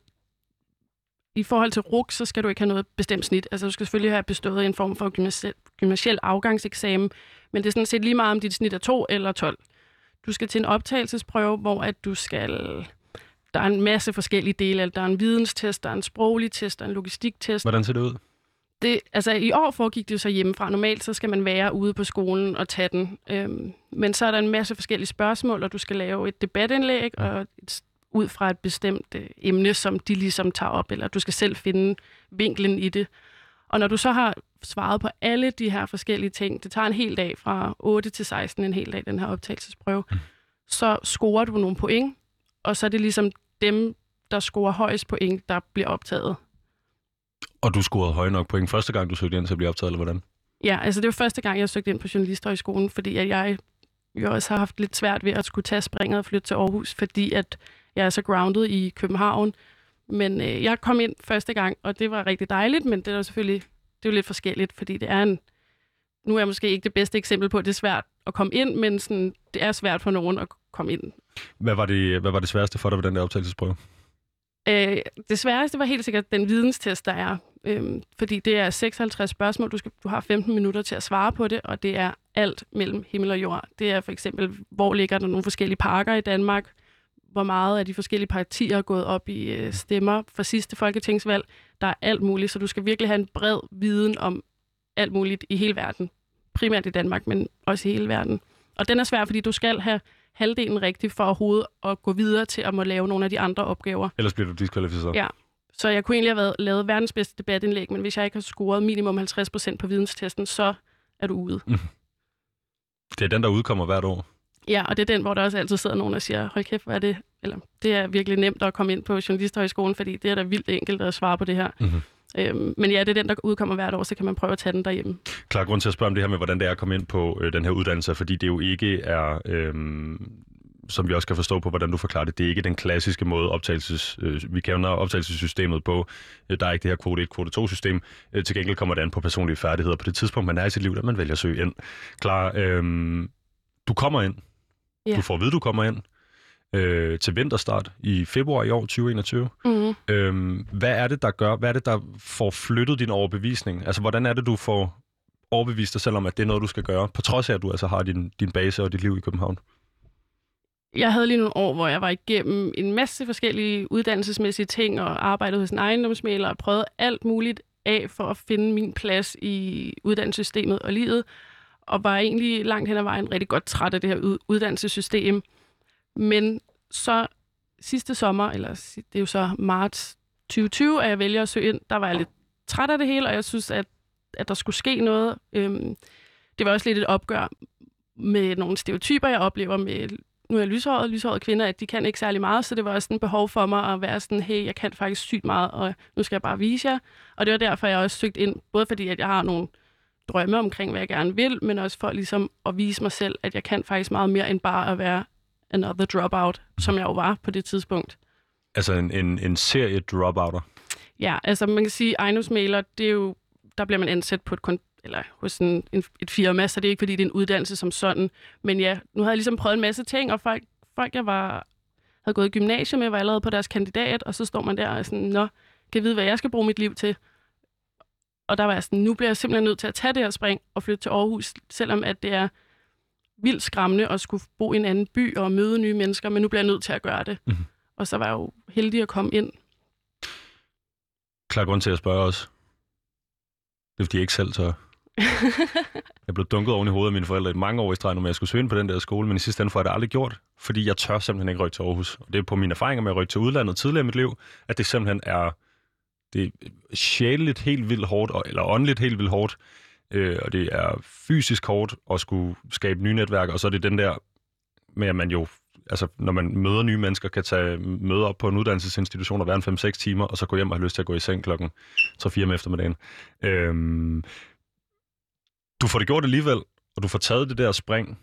i forhold til R U C, så skal du ikke have noget bestemt snit. Altså, du skal selvfølgelig have bestået en form for gymnasiel, gymnasiel afgangseksamen, men det er sådan set lige meget, om dit snit er to eller tolv. Du skal til en optagelsesprøve, hvor at du skal... Der er en masse forskellige dele. Der er en videnstest, der er en sproglig test, der er en logistiktest. Hvordan ser det ud? Det, altså, i år foregik det jo så hjemmefra. Normalt så skal man være ude på skolen og tage den. Øhm, men så er der en masse forskellige spørgsmål, og du skal lave et debatindlæg og et, ud fra et bestemt øh, emne, som de ligesom tager op, eller du skal selv finde vinklen i det. Og når du så har svaret på alle de her forskellige ting, det tager en hel dag fra otte til seksten, en hel dag, den her optagelsesprøve, mm. så scorer du nogle point, og så er det ligesom dem, der scorer højst point, der bliver optaget. Og du scorede høje nok point første gang, du søgte ind til at blive optaget, eller hvordan? Ja, altså det var første gang, jeg søgte ind på Journalisthøjskolen, fordi at jeg jo også har haft lidt svært ved at skulle tage springet og flytte til Aarhus, fordi at jeg er så grounded i København. Men øh, jeg kom ind første gang, og det var rigtig dejligt, men det er jo selvfølgelig det er jo lidt forskelligt, fordi det er en... Nu er jeg måske ikke det bedste eksempel på, at det er svært at komme ind, men sådan, det er svært for nogen at komme ind. Hvad var det, hvad var det sværeste for dig ved den der optagelsesprøve? Øh, det sværeste var helt sikkert den videnstest, der er. Øhm, fordi det er seksoghalvtreds spørgsmål. Du, skal, du har femten minutter til at svare på det, og det er alt mellem himmel og jord. Det er for eksempel, hvor ligger der nogle forskellige parker i Danmark? Hvor meget af de forskellige partier er gået op i øh, stemmer for sidste folketingsvalg? Der er alt muligt, så du skal virkelig have en bred viden om alt muligt i hele verden. Primært i Danmark, men også i hele verden. Og den er svær, fordi du skal have halvdelen rigtigt for overhovedet at gå videre til at må lave nogle af de andre opgaver. Ellers bliver du diskvalificeret. Ja, så jeg kunne egentlig have været, lavet verdens bedste debatindlæg, men hvis jeg ikke har scoret minimum halvtreds procent på videnstesten, så er du ude. Mm. Det er den, der udkommer hvert år? Ja, og det er den, hvor der også altid sidder nogen og siger, hold kæft, hvad er det? Eller, det er virkelig nemt at komme ind på Journalisthøjskolen, fordi det er da vildt enkelt at svare på det her. Mm-hmm. Øhm, men ja, det er den, der udkommer hvert år, så kan man prøve at tage den derhjemme. Klar, grund til at spørge om det her med, hvordan det er at komme ind på øh, den her uddannelse, fordi det jo ikke er, øh, som vi også kan forstå på, hvordan du forklarer det, det er ikke den klassiske måde, optagelses, øh, vi kender optagelsessystemet på. Øh, der er ikke det her kvote et, kvote to system. Øh, til gengæld kommer det an på personlige færdigheder. På det tidspunkt, man er i sit liv, der man vælger at søge ind. Klar, øh, du kommer ind. Ja. Du får at vide, du kommer ind. Øh, til vinterstart i februar i år, tyve enogtyve. Mm-hmm. Øhm, hvad er det, der gør, hvad er det, der får flyttet din overbevisning? Altså, hvordan er det, du får overbevist dig selv om, at det er noget, du skal gøre, på trods af, at du altså har din, din base og dit liv i København? Jeg havde lige nogle år, hvor jeg var igennem en masse forskellige uddannelsesmæssige ting, og arbejdede hos en ejendomsmægler, og prøvede alt muligt af for at finde min plads i uddannelsessystemet og livet, og var egentlig langt hen ad vejen rigtig godt træt af det her uddannelsessystem. Men så sidste sommer, eller det er jo så marts tyve tyve, at jeg vælger at søge ind, der var jeg lidt træt af det hele, og jeg synes, at, at der skulle ske noget. Øhm, det var også lidt et opgør med nogle stereotyper, jeg oplever med nu er jeg lyshåret, lyshårede kvinder, at de kan ikke særlig meget, så det var også sådan et behov for mig at være sådan, hey, jeg kan faktisk sygt meget, og nu skal jeg bare vise jer. Og det var derfor, jeg også søgte ind, både fordi, at jeg har nogle drømme omkring, hvad jeg gerne vil, men også for ligesom at vise mig selv, at jeg kan faktisk meget mere end bare at være another dropout, som jeg jo var på det tidspunkt. Altså en, en, en serie dropouter? Ja, altså man kan sige, ejendomsmægler, det er jo, der bliver man ansat på et kon- eller hos en, en, et firma, så det er ikke, fordi det er en uddannelse som sådan. Men ja, nu havde jeg ligesom prøvet en masse ting, og folk, folk jeg var, havde gået i gymnasiet med, var allerede på deres kandidat, og så står man der og sådan, nå, kan jeg vide, hvad jeg skal bruge mit liv til? Og der var jeg sådan, nu bliver jeg simpelthen nødt til at tage det her spring og flytte til Aarhus, selvom at det er vildt skræmmende at skulle bo i en anden by og møde nye mennesker, men nu bliver jeg nødt til at gøre det. Mm-hmm. Og så var jeg jo heldig at komme ind. Klar grund til at spørge os. Det er, fordi jeg ikke selv tør. Jeg blev dunket oven i hovedet af mine forældre i mange år i streg, når jeg skulle søge ind på den der skole, men i sidste ende får jeg det aldrig gjort, fordi jeg tør simpelthen ikke rykke til Aarhus. Og det er på mine erfaringer med at rykke til udlandet tidligere i mit liv, at det simpelthen er det er sjæleligt helt vildt hårdt, eller åndeligt helt vildt hårdt, øh, og det er fysisk hårdt at skulle skabe nye netværk, og så er det den der med, at man jo, altså når man møder nye mennesker, kan tage møder op på en uddannelsesinstitution og være en fem seks timer, og så gå hjem og have lyst til at gå i seng klokken tre fire om eftermiddagen. Øhm, du får det gjort alligevel, og du får taget det der spring.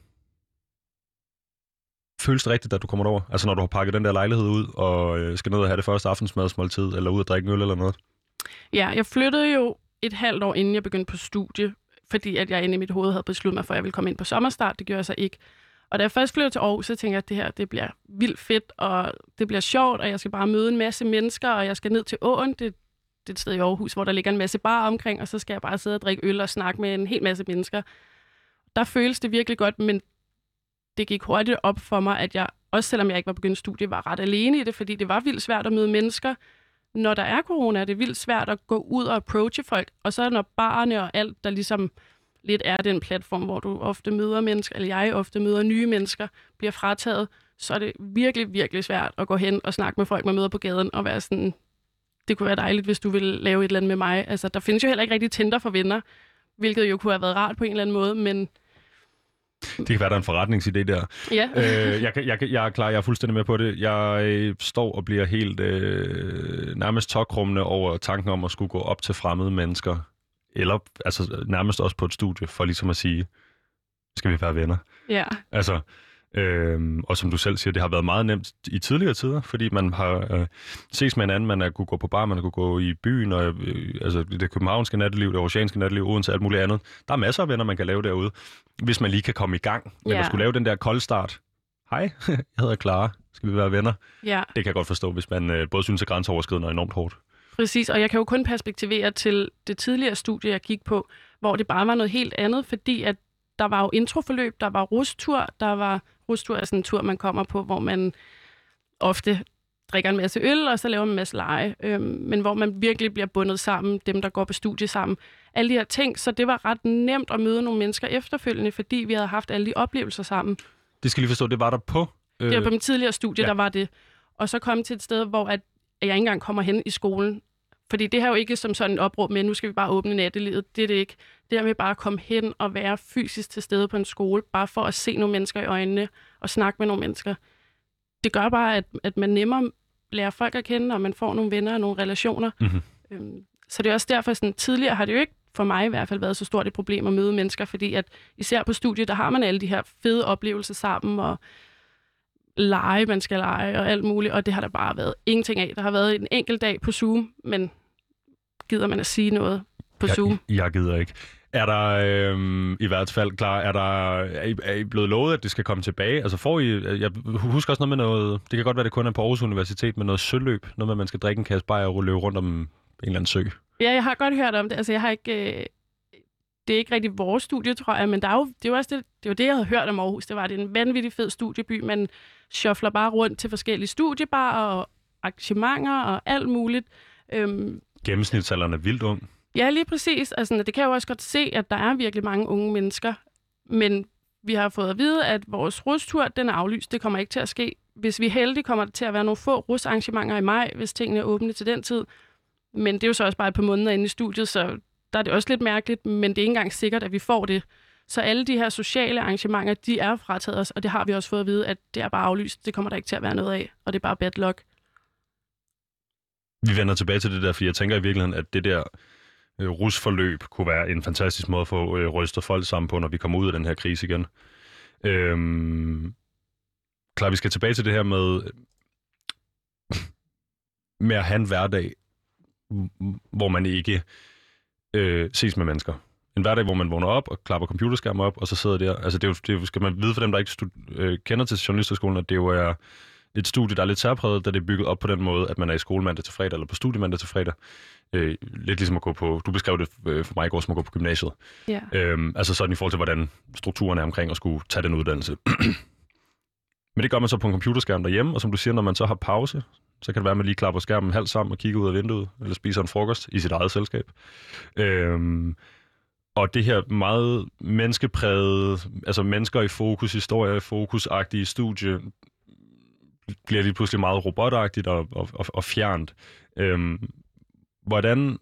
Føles det rigtigt, da du kommer derover? Altså når du har pakket den der lejlighed ud, og øh, skal ned og have det første aftensmadsmåltid, eller ud og drikke en øl eller noget? Ja, jeg flyttede jo et halvt år, inden jeg begyndte på studie, fordi at jeg inde i mit hoved havde besluttet mig for, at jeg ville komme ind på sommerstart. Det gjorde jeg så ikke. Og da jeg først flyttede til Aarhus, så tænkte jeg, at det her det bliver vildt fedt, og det bliver sjovt, og jeg skal bare møde en masse mennesker, og jeg skal ned til åen. Det, det er et sted i Aarhus, hvor der ligger en masse bar omkring, og så skal jeg bare sidde og drikke øl og snakke med en hel masse mennesker. Der føles det virkelig godt, men det gik hurtigt op for mig, at jeg, også selvom jeg ikke var begyndt studie, var ret alene i det, fordi det var vildt svært at møde mennesker. Når der er corona, er det vildt svært at gå ud og approache folk, og så når barne og alt, der ligesom lidt er den platform, hvor du ofte møder mennesker, eller jeg ofte møder nye mennesker, bliver frataget, så er det virkelig, virkelig svært at gå hen og snakke med folk, man møder på gaden, og være sådan, det kunne være dejligt, hvis du ville lave et eller andet med mig. Altså, der findes jo heller ikke rigtig Tinder for venner, hvilket jo kunne have været rart på en eller anden måde, men det kan være, der er en forretningsidé der. Ja. øh, jeg, jeg, jeg er klar, jeg er fuldstændig med på det. Jeg øh, står og bliver helt øh, nærmest tokrummende over tanken om at skulle gå op til fremmede mennesker, eller altså nærmest også på et studie, for ligesom at sige, skal vi være venner? Ja. Altså, øh, og som du selv siger, det har været meget nemt i tidligere tider, fordi man har øh, ses med en anden, man har kunne gå på bar, man har kunne gå i byen, og øh, altså det københavnske natteliv, det oceanske natteliv, Odense, alt muligt andet. Der er masser af venner, man kan lave derude, hvis man lige kan komme i gang. Men ja. at skulle lave den der koldstart. Hej, jeg hedder Clara. Skal vi være venner? Ja. Det kan jeg godt forstå, hvis man øh, både synes, at grænseoverskridende og enormt hårdt. Præcis, og jeg kan jo kun perspektivere til det tidligere studie, jeg gik på, hvor det bare var noget helt andet, fordi at der var jo introforløb, der var rustur, der var rustur er sådan en tur, man kommer på, hvor man ofte drikker en masse øl, og så laver man en masse lege, øhm, men hvor man virkelig bliver bundet sammen, dem der går på studie sammen. Alle de her ting, så det var ret nemt at møde nogle mennesker efterfølgende, fordi vi havde haft alle de oplevelser sammen. Det skal lige forstå, det var der på? Øh... Det var på min tidligere studie, ja. Der var det. Og så kom til et sted, hvor at jeg ikke engang kommer hen i skolen. Fordi det her er jo ikke som sådan en opråb med, nu skal vi bare åbne nattelivet. Det er det ikke. Det er med bare at komme hen og være fysisk til stede på en skole, bare for at se nogle mennesker i øjnene og snakke med nogle mennesker. Det gør bare, at, at man nemmere lærer folk at kende, og man får nogle venner og nogle relationer. Mm-hmm. Øhm, så det er også derfor, sådan tidligere har det jo ikke, for mig i hvert fald, været så stort et problem at møde mennesker, fordi at især på studiet, der har man alle de her fede oplevelser sammen, og lege, man skal lege, og alt muligt, og det har der bare været ingenting af. Der har været en enkelt dag på Zoom, men gider man at sige noget på jeg, Zoom? Jeg gider ikke. Er der øhm, i hvert fald klar, er der er I, er I blevet lovet, at det skal komme tilbage? Altså får I, jeg husker også noget med noget, det kan godt være, det kun er på Aarhus Universitet, med noget søløb, noget med, at man skal drikke en kasse bajer og løbe rundt om en eller anden sø. Ja, jeg har godt hørt om det. Altså, jeg har ikke, øh, det er ikke rigtig vores studie, tror jeg, men der er jo, det er jo også det, det, var det, jeg havde hørt om Aarhus. Det var det en vanvittig fed studieby, man shuffler bare rundt til forskellige studiebarer og arrangementer og alt muligt. Øhm, Gennemsnitsalderen er vildt ung. Ja, lige præcis. Altså, det kan jeg jo også godt se, at der er virkelig mange unge mennesker, men vi har fået at vide, at vores rustur, den er aflyst. Det kommer ikke til at ske. Hvis vi er heldige, kommer det til at være nogle få rusarrangementer i maj, hvis tingene er åbne til den tid. Men det er jo så også bare et par måneder inde i studiet, så der er det også lidt mærkeligt, men det er ikke engang sikkert, at vi får det. Så alle de her sociale arrangementer, de er frataget os, og det har vi også fået at vide, at det er bare aflyst. Det kommer der ikke til at være noget af, og det er bare bad luck. Vi vender tilbage til det der, fordi jeg tænker i virkeligheden, at det der øh, rusforløb kunne være en fantastisk måde at få øh, rystet folk sammen på, når vi kommer ud af den her krise igen. Øhm, klar, vi skal tilbage til det her med, med at have en hverdag, hvor man ikke øh, ses med mennesker. En hverdag, hvor man vågner op og klapper computerskærmen op, og så sidder der. Altså, det, er jo, det er jo, skal man vide for dem, der ikke stud- øh, kender til journalisterskolen, at det jo er et studie, der er lidt særpræget, da det er bygget op på den måde, at man er i skole mandag til fredag, eller på studie mandag til fredag. Øh, lidt ligesom at gå på, du beskrev det øh, for mig i går, som at gå på gymnasiet. Ja. Øhm, altså sådan i forhold til, hvordan strukturen er omkring at skulle tage den uddannelse. Men det gør man så på en computerskærm derhjemme, og som du siger, når man så har pause, så kan det være, at man lige klapper skærmen halvt sammen og kigger ud af vinduet, eller spiser en frokost i sit eget selskab. Øhm, og det her meget menneskeprægede, altså mennesker i fokus, historier i fokus-agtige studie, bliver lige pludselig meget robotagtigt og, og, og, og fjernt. Øhm, hvordan...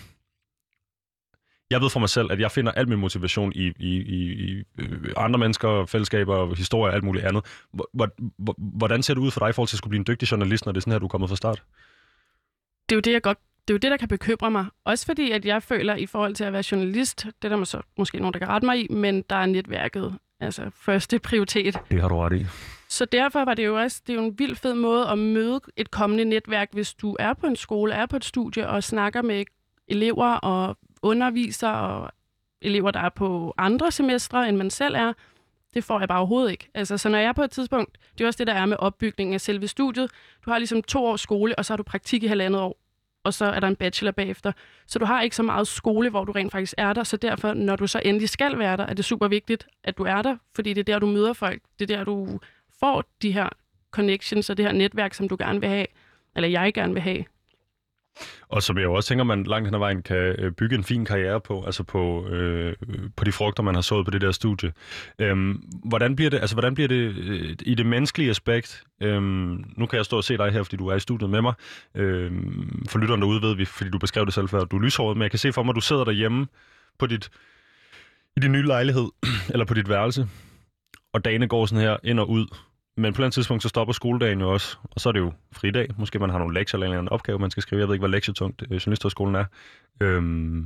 Jeg ved for mig selv, at jeg finder al min motivation i, i, i, i andre mennesker, fællesskaber, historier og alt muligt andet. Hvordan ser det ud for dig i forhold til at skulle blive en dygtig journalist, når det er sådan her, du er kommet fra start? Det er jo det, jeg godt, det er jo det, der kan bekymre mig. Også fordi, at jeg føler, i forhold til at være journalist, det er der så måske nogen, der kan rette mig i, men der er netværket, altså første prioritet. Det har du ret i. Så derfor var det jo også det er jo en vild fed måde at møde et kommende netværk, hvis du er på en skole, er på et studie og snakker med elever og undervisere og elever, der er på andre semestre, end man selv er. Det får jeg bare overhovedet ikke. Altså, så når jeg er på et tidspunkt, det er også det, der er med opbygningen af selve studiet. Du har ligesom to års skole, og så har du praktik i halvandet år, og så er der en bachelor bagefter. Så du har ikke så meget skole, hvor du rent faktisk er der, så derfor, når du så endelig skal være der, er det super vigtigt, at du er der, fordi det er der, du møder folk. Det er der, du får de her connections og det her netværk, som du gerne vil have, eller jeg gerne vil have. Og som jeg også tænker, man langt hen ad vejen kan bygge en fin karriere på, altså på, øh, på de frugter, man har sået på det der studie. Øhm, hvordan bliver det, altså hvordan bliver det øh, i det menneskelige aspekt? Øhm, nu kan jeg stå og se dig her, fordi du er i studiet med mig. Øhm, for lytteren derude ved vi, fordi du beskrev det selv før, du er lyshåret, men jeg kan se for mig, at du sidder derhjemme på dit, i din nye lejlighed, eller på dit værelse, og dagene går sådan her ind og ud. Men på et tidspunkt, så stopper skoledagen jo også, og så er det jo fridag. Måske man har nogle lektier eller en eller anden opgave, man skal skrive. Jeg ved ikke, hvor lektietungt øh, journalisterskolen er. Øhm...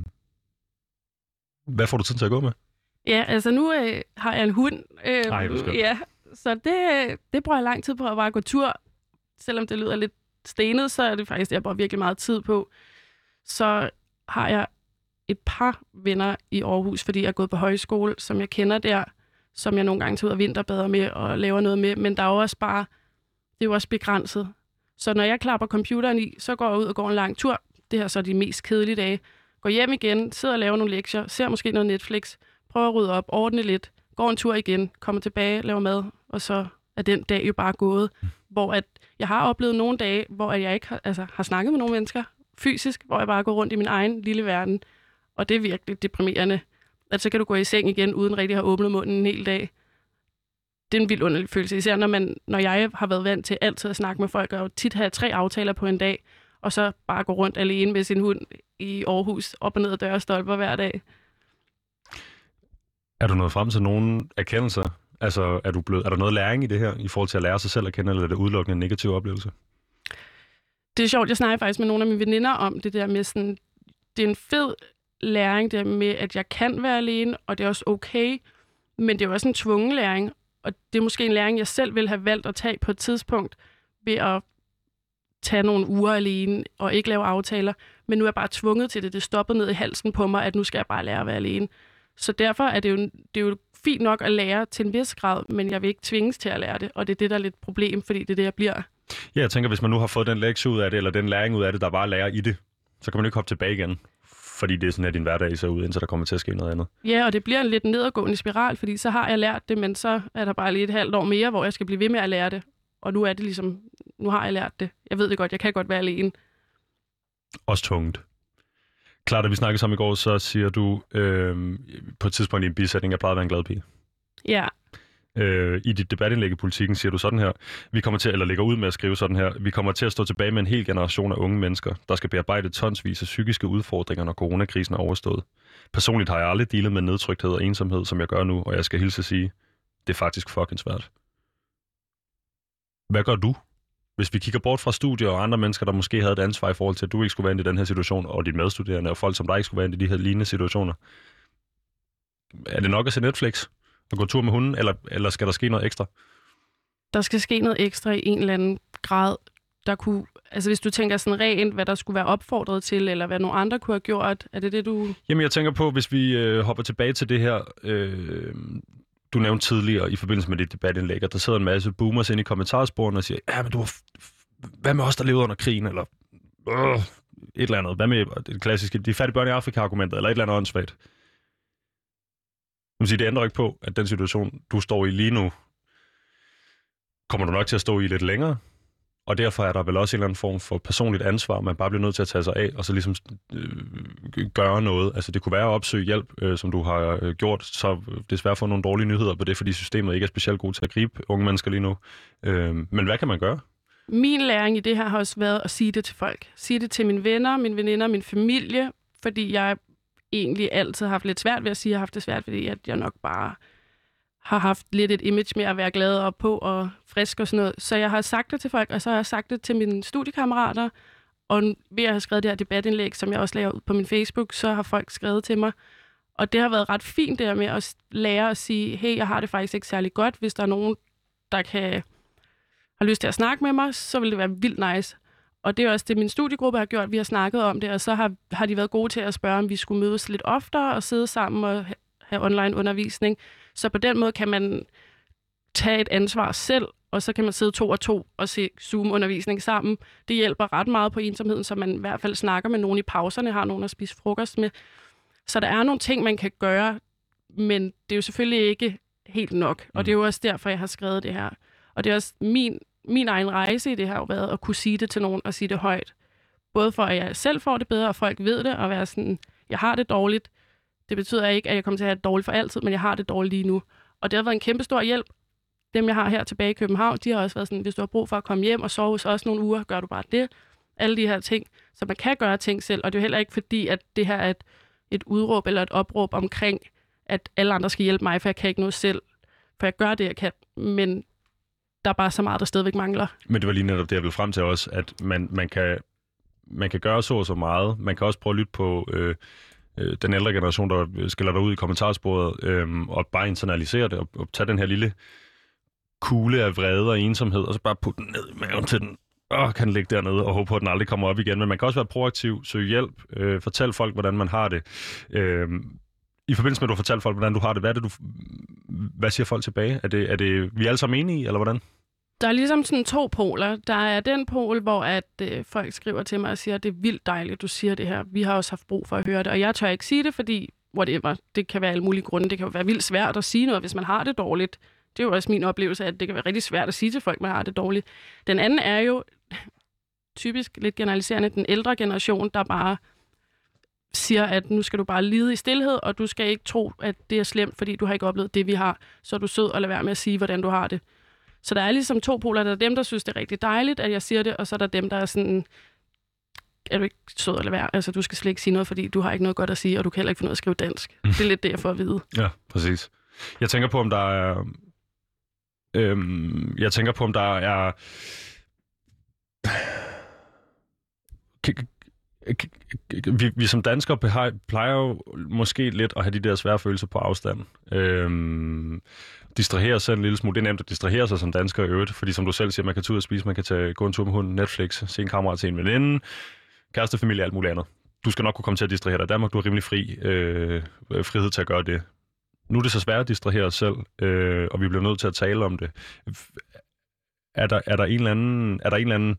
Hvad får du tid til at gå med? Ja, altså nu øh, har jeg en hund. Øh, Ej, hvor skønt. Ja, så det, det bruger jeg lang tid på at bare gå tur. Selvom det lyder lidt stenet, så er det faktisk det, jeg bruger virkelig meget tid på. Så har jeg et par venner i Aarhus, fordi jeg er gået på højskole, som jeg kender der, som jeg nogle gange tager ud og vinterbader med og laver noget med, men der er jo også bare, det er jo også begrænset. Så når jeg klapper computeren i, så går jeg ud og går en lang tur. Det her så er de mest kedelige dage. Går hjem igen, sidder og laver nogle lektier, ser måske noget Netflix, prøver at rydde op, ordne lidt, går en tur igen, kommer tilbage, laver mad, og så er den dag jo bare gået. Hvor at jeg har oplevet nogle dage, hvor jeg ikke har, altså, har snakket med nogle mennesker fysisk, hvor jeg bare går rundt i min egen lille verden, og det er virkelig deprimerende. At så kan du gå i seng igen, uden rigtig at have åbnet munden en hel dag. Det er en vild underlig følelse, især når, man, når jeg har været vant til altid at snakke med folk, og tit have tre aftaler på en dag, og så bare gå rundt alene med sin hund i Aarhus, op og ned ad dørstolper hver dag. Er du nået frem til nogle erkendelser? Altså, er, du blevet, er der noget læring i det her, i forhold til at lære sig selv at kende, eller er det udelukkende en negativ oplevelse? Det er sjovt, jeg snakker faktisk med nogle af mine veninder om det der med sådan, det er en fed læring der med, at jeg kan være alene, og det er også okay, men det er jo også en tvungen læring, og det er måske en læring, jeg selv ville have valgt at tage på et tidspunkt, ved at tage nogle uger alene, og ikke lave aftaler, men nu er jeg bare tvunget til det, det stoppede ned i halsen på mig, at nu skal jeg bare lære at være alene. Så derfor er det jo, det er jo fint nok at lære til en vis grad, men jeg vil ikke tvinges til at lære det, og det er det, der er lidt problem, fordi det er det, jeg bliver. Ja, jeg tænker, hvis man nu har fået den lektie ud af det, eller den læring ud af det, der bare lærer i det, så kan man ikke hoppe tilbage igen. Fordi det er sådan, at din hverdag ser ud, indtil der kommer til at ske noget andet. Ja, og det bliver en lidt nedadgående spiral, fordi så har jeg lært det, men så er der bare lige et halvt år mere, hvor jeg skal blive ved med at lære det. Og nu er det ligesom, nu har jeg lært det. Jeg ved det godt, jeg kan godt være alene. Også tungt. Klart, da vi snakkede sammen i går, så siger du øh, på et tidspunkt i en bisætning, jeg plejede at være en glad pige. Ja. Øh, I dit debatindlæg i Politikken siger du sådan her, vi kommer til, eller lægger ud med at skrive sådan her, vi kommer til at stå tilbage med en hel generation af unge mennesker, der skal bearbejde tonsvis af psykiske udfordringer, når coronakrisen er overstået. Personligt har jeg aldrig dealet med nedtrykthed og ensomhed, som jeg gør nu, og jeg skal hilse at sige, det er faktisk fucking svært. Hvad gør du, hvis vi kigger bort fra studier og andre mennesker, der måske havde et ansvar i forhold til, at du ikke skulle være i den her situation, og dine medstuderende og folk, som dig ikke skulle være i de her lignende situationer? Er det nok at se Netflix og gå tur med hunden, eller, eller skal der ske noget ekstra? Der skal ske noget ekstra i en eller anden grad. Der kunne, altså hvis du tænker sådan rent, hvad der skulle være opfordret til, eller hvad nogle andre kunne have gjort, er det det, du... Jamen jeg tænker på, hvis vi øh, hopper tilbage til det her, øh, du nævnte tidligere i forbindelse med dit debatindlæg, at der sidder en masse boomers inde i kommentarsporene og siger, ja, men du var... Hvad med os, der levede under krigen, eller øh, et eller andet. Hvad med det klassiske, de fattige børn i Afrika-argumentet, eller et eller andet åndssvagt. Det ændrer ikke på, at den situation, du står i lige nu, kommer du nok til at stå i lidt længere, og derfor er der vel også en eller anden form for personligt ansvar, man bare bliver nødt til at tage sig af, og så ligesom øh, gøre noget. Altså det kunne være at opsøge hjælp, øh, som du har øh, gjort, så desværre få nogle dårlige nyheder på det, fordi systemet ikke er specielt godt til at gribe unge mennesker lige nu. Øh, men hvad kan man gøre? Min læring i det her har også været at sige det til folk. Sige det til mine venner, mine veninder, min familie, fordi jeg egentlig altid har haft lidt svært ved at sige, at jeg har haft det svært, fordi at jeg nok bare har haft lidt et image med at være glad og på og frisk og sådan noget. Så jeg har sagt det til folk, og så har jeg sagt det til mine studiekammerater, og ved at have skrevet det her debatindlæg, som jeg også laver ud på min Facebook, så har folk skrevet til mig. Og det har været ret fint der med at lære at sige, hey, jeg har det faktisk ikke særlig godt. Hvis der er nogen, der kan har lyst til at snakke med mig, så vil det være vildt nice. Og det er også det, min studiegruppe har gjort. Vi har snakket om det, og så har, har de været gode til at spørge, om vi skulle mødes lidt oftere og sidde sammen og have online undervisning. Så på den måde kan man tage et ansvar selv, og så kan man sidde to og to og se Zoom-undervisning sammen. Det hjælper ret meget på ensomheden, så man i hvert fald snakker med nogen i pauserne, har nogen at spise frokost med. Så der er nogle ting, man kan gøre, men det er jo selvfølgelig ikke helt nok. Og det er jo også derfor, jeg har skrevet det her. Og det er også min, min egen rejse i det her har jo været at kunne sige det til nogen og sige det højt. Både for, at jeg selv får det bedre, og folk ved det, og være sådan, jeg har det dårligt. Det betyder ikke, at jeg kommer til at have det dårligt for altid, men jeg har det dårligt lige nu. Og det har været en kæmpe stor hjælp. Dem, jeg har her tilbage i København, de har også været sådan, hvis du har brug for at komme hjem og sove hos os nogle uger, gør du bare det. Alle de her ting. Så man kan gøre ting selv, og det er jo heller ikke fordi, at det her er et, et udråb eller et opråb omkring, at alle andre skal hjælpe mig, for jeg kan ikke noget selv. For jeg gør det, jeg kan, men der er bare så meget, der stadigvæk mangler. Men det var lige netop det, jeg ville frem til også, at man, man, kan, man kan gøre så og så meget. Man kan også prøve at lytte på øh, øh, den ældre generation, der skiller dig ud i kommentarsporet, øh, og bare internalisere det, og, og tage den her lille kugle af vrede og ensomhed, og så bare putte den ned i maven til den. Åh, kan den ligge dernede, og håbe på, at den aldrig kommer op igen. Men man kan også være proaktiv, søge hjælp, øh, fortælle folk, hvordan man har det. Øh, I forbindelse med, at du fortæller folk, hvordan du har det, hvad er det, du, hvad siger folk tilbage? Er det, er det vi er alle sammen enige i, eller hvordan? Der er ligesom sådan to poler. Der er den pol, hvor at, øh, folk skriver til mig og siger, at det er vildt dejligt, du siger det her. Vi har også haft brug for at høre det, og jeg tør ikke sige det, fordi whatever, det kan være alle mulige grunde. Det kan jo være vildt svært at sige noget, hvis man har det dårligt. Det er jo også min oplevelse, at det kan være rigtig svært at sige til folk, man har det dårligt. Den anden er jo typisk lidt generaliserende den ældre generation, der bare siger, at nu skal du bare lide i stilhed, og du skal ikke tro, at det er slemt, fordi du har ikke oplevet det, vi har. Så er du sød og lad være med at sige, hvordan du har det. Så der er ligesom to poler. Der er dem, der synes, det er rigtig dejligt, at jeg siger det, og så er der dem, der er sådan, er du ikke sød og lad være? Altså, du skal slet ikke sige noget, fordi du har ikke noget godt at sige, og du kan heller ikke finde noget at skrive dansk. Det er lidt det, jeg får at vide. Ja, præcis. Jeg tænker på, om der er... Øhm, jeg tænker på, om der er... Vi, vi som danskere plejer jo måske lidt at have de der svære følelser på afstand. Øhm, distrahere sig en lille smule. Det er nemt at distrahere sig som dansker i øvrigt, fordi som du selv siger, man kan tage ud og spise, man kan tage, gå en tur med hunden, Netflix, se en kammerat til en veninde, kæreste, familie, alt muligt andet. Du skal nok kunne komme til at distrahere dig. Danmark, du er rimelig fri, øh, frihed til at gøre det. Nu er det så svært at distrahere os selv, øh, og vi bliver nødt til at tale om det. Er der, er der en eller anden... Er der en eller anden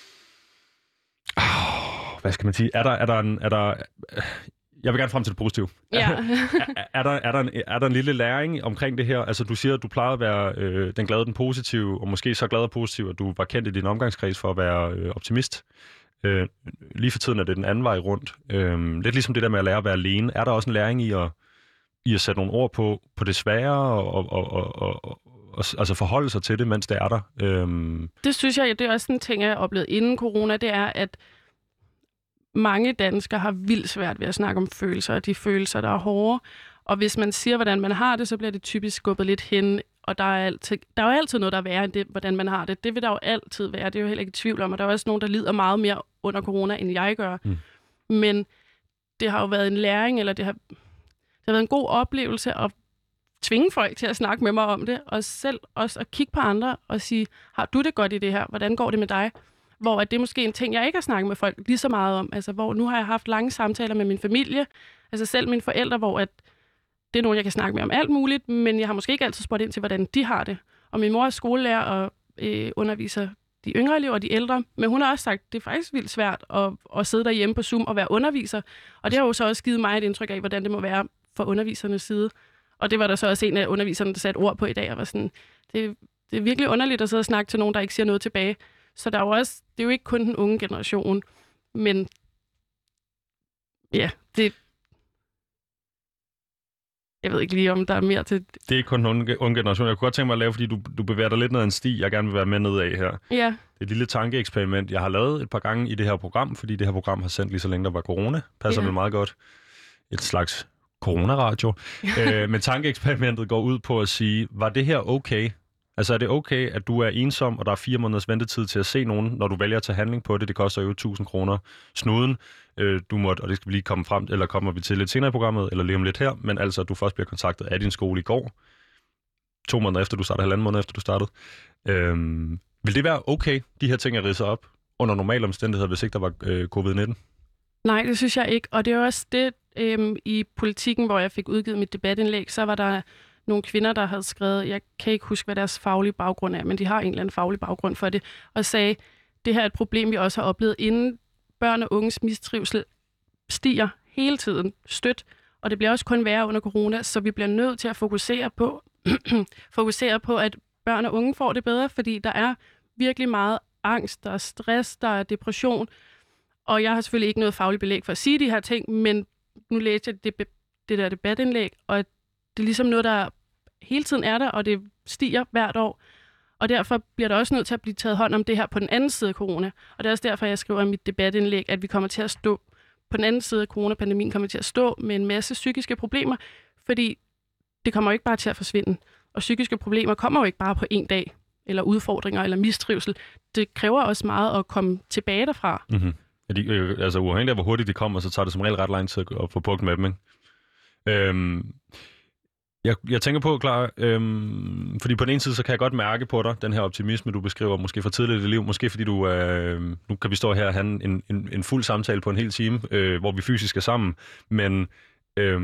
hvad skal man sige? Er der, er der en... Er der, jeg vil gerne frem til det positive. Ja. er, er, der, er, der en, er der en lille læring omkring det her? Altså, du siger, at du plejede at være øh, den glade, den positive, og måske så glad og positiv, at du var kendt i din omgangskreds for at være øh, optimist. Øh, lige for tiden er det den anden vej rundt. Øh, lidt ligesom det der med at lære at være alene. Er der også en læring i at, i at sætte nogle ord på, på det svære, og, og, og, og, altså forholde sig til det, mens det er der. Øhm. Det synes jeg, det er også sådan en ting, jeg har oplevet inden corona, det er, at mange danskere har vildt svært ved at snakke om følelser, og de følelser, der er hårde. Og hvis man siger, hvordan man har det, så bliver det typisk skubbet lidt hen, og der er, altid, der er jo altid noget, der er værre end det, hvordan man har det. Det vil der jo altid være, det er jo heller ikke i tvivl om, og der er også nogen, der lider meget mere under corona, end jeg gør. Mm. Men det har jo været en læring, eller det har, det har været en god oplevelse at tvinge folk til at snakke med mig om det, og selv også at kigge på andre og sige, har du det godt i det her? Hvordan går det med dig? Hvor at det er måske en ting, jeg ikke har snakket med folk lige så meget om. Altså, hvor nu har jeg haft lange samtaler med min familie, altså selv mine forældre, hvor at det er nogen, jeg kan snakke med om alt muligt, men jeg har måske ikke altid spurgt ind til, hvordan de har det. Og min mor er skolelærer og øh, underviser de yngre elever og de ældre, men hun har også sagt, at det er faktisk vildt svært at, at sidde derhjemme på Zoom og være underviser. Og det har jo så også givet mig et indtryk af, hvordan det må være fra undervisernes side. Og det var der så også en af underviserne, der satte ord på i dag, og var sådan, det, det er virkelig underligt at sidde og snakke til nogen, der ikke siger noget tilbage. Så der er jo også, det er jo ikke kun den unge generation, men ja, det... Jeg ved ikke lige, om der er mere til... Det er ikke kun den unge, unge generation. Jeg kunne godt tænke mig at lave, fordi du, du bevæger dig lidt ned ad en sti, jeg gerne vil være med ned af her. Ja. Det er et lille tankeeksperiment, jeg har lavet et par gange i det her program, fordi det her program har sendt lige så længe, der var corona. Passer vel meget godt. Et slags coronaradio. øh, men tankeeksperimentet går ud på at sige, var det her okay? Altså er det okay, at du er ensom, og der er fire måneders ventetid til at se nogen, når du vælger at tage handling på det? Det koster jo tusind kroner snuden. Øh, du måtte, og det skal vi lige komme frem, eller kommer vi til lidt senere i programmet, eller lige om lidt her, men altså, at du først bliver kontaktet af din skole i går, to måneder efter du startede, halvanden måned efter du startede. Øh, vil det være okay, de her ting er ridset op, under normale omstændigheder, hvis ikke der var øh, covid nitten? Nej, det synes jeg ikke, og det er også det, øh, i Politikken, hvor jeg fik udgivet mit debatindlæg, så var der nogle kvinder, der havde skrevet, jeg kan ikke huske, hvad deres faglige baggrund er, men de har en eller anden faglig baggrund for det, og sagde, det her er et problem, vi også har oplevet, inden børn og unges mistrivsel stiger hele tiden stødt, og det bliver også kun værre under corona, så vi bliver nødt til at fokusere på, fokusere på, at børn og unge får det bedre, fordi der er virkelig meget angst, der er stress, der er depression, og jeg har selvfølgelig ikke noget fagligt belæg for at sige de her ting, men nu læser jeg det, det der debatindlæg, og det er ligesom noget, der hele tiden er der, og det stiger hvert år. Og derfor bliver der også nødt til at blive taget hånd om det her på den anden side af corona. Og det er også derfor, jeg skriver i mit debatindlæg, at vi kommer til at stå på den anden side af coronapandemien, kommer til at stå med en masse psykiske problemer, fordi det kommer jo ikke bare til at forsvinde. Og psykiske problemer kommer jo ikke bare på en dag, eller udfordringer, eller mistrivsel. Det kræver også meget at komme tilbage derfra. Mm-hmm. Ja, de, øh, altså uafhængigt af, hvor hurtigt de kommer, så tager det som regel ret lang tid at få bugt med dem, ikke? Øhm... Jeg, jeg tænker på, Clara, øhm, fordi på den ene side, så kan jeg godt mærke på dig, den her optimisme, du beskriver, måske for tidligt i dit liv, måske fordi du, øh, nu kan vi stå her og have en, en, en fuld samtale på en hel time, øh, hvor vi fysisk er sammen, men øh,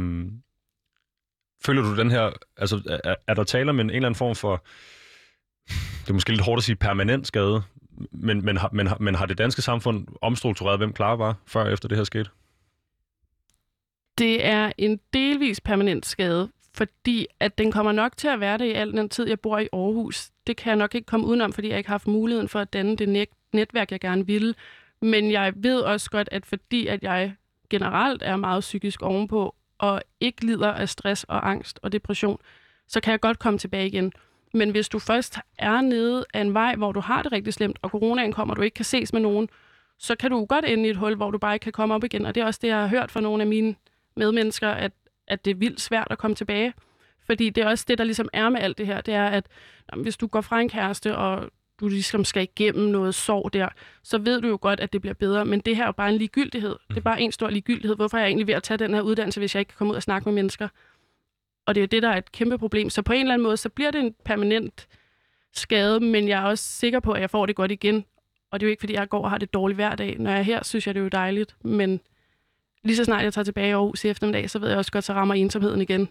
føler du den her, altså er, er der tale om en, en eller anden form for, det er måske lidt hårdt at sige permanent skade, men, men, men, men har det danske samfund omstruktureret, hvem Clara var, før og efter det her skete? Det er en delvis permanent skade, fordi at den kommer nok til at være det i al den tid, jeg bor i Aarhus. Det kan jeg nok ikke komme udenom, fordi jeg ikke har haft muligheden for at danne det net- netværk, jeg gerne ville. Men jeg ved også godt, at fordi at jeg generelt er meget psykisk ovenpå, og ikke lider af stress og angst og depression, så kan jeg godt komme tilbage igen. Men hvis du først er nede af en vej, hvor du har det rigtig slemt, og coronaen kommer, og du ikke kan ses med nogen, så kan du godt ende i et hul, hvor du bare ikke kan komme op igen. Og det er også det, jeg har hørt fra nogle af mine medmennesker, at at det er vildt svært at komme tilbage. Fordi det er også det, der ligesom er med alt det her, det er, at jamen, hvis du går fra en kæreste, og du ligesom skal igennem noget sorg der, så ved du jo godt, at det bliver bedre. Men det her er jo bare en ligegyldighed. Det er bare en stor ligegyldighed. Hvorfor er jeg egentlig ved at tage den her uddannelse, hvis jeg ikke kan komme ud og snakke med mennesker? Og det er jo det, der er et kæmpe problem. Så på en eller anden måde, så bliver det en permanent skade, men jeg er også sikker på, at jeg får det godt igen. Og det er jo ikke, fordi jeg går og har det dårligt hver dag. Når jeg er her, synes jeg, det er jo dejligt. Men lige så snart jeg tager tilbage i Aarhus i eftermiddag, så ved jeg også godt, så rammer ensomheden igen.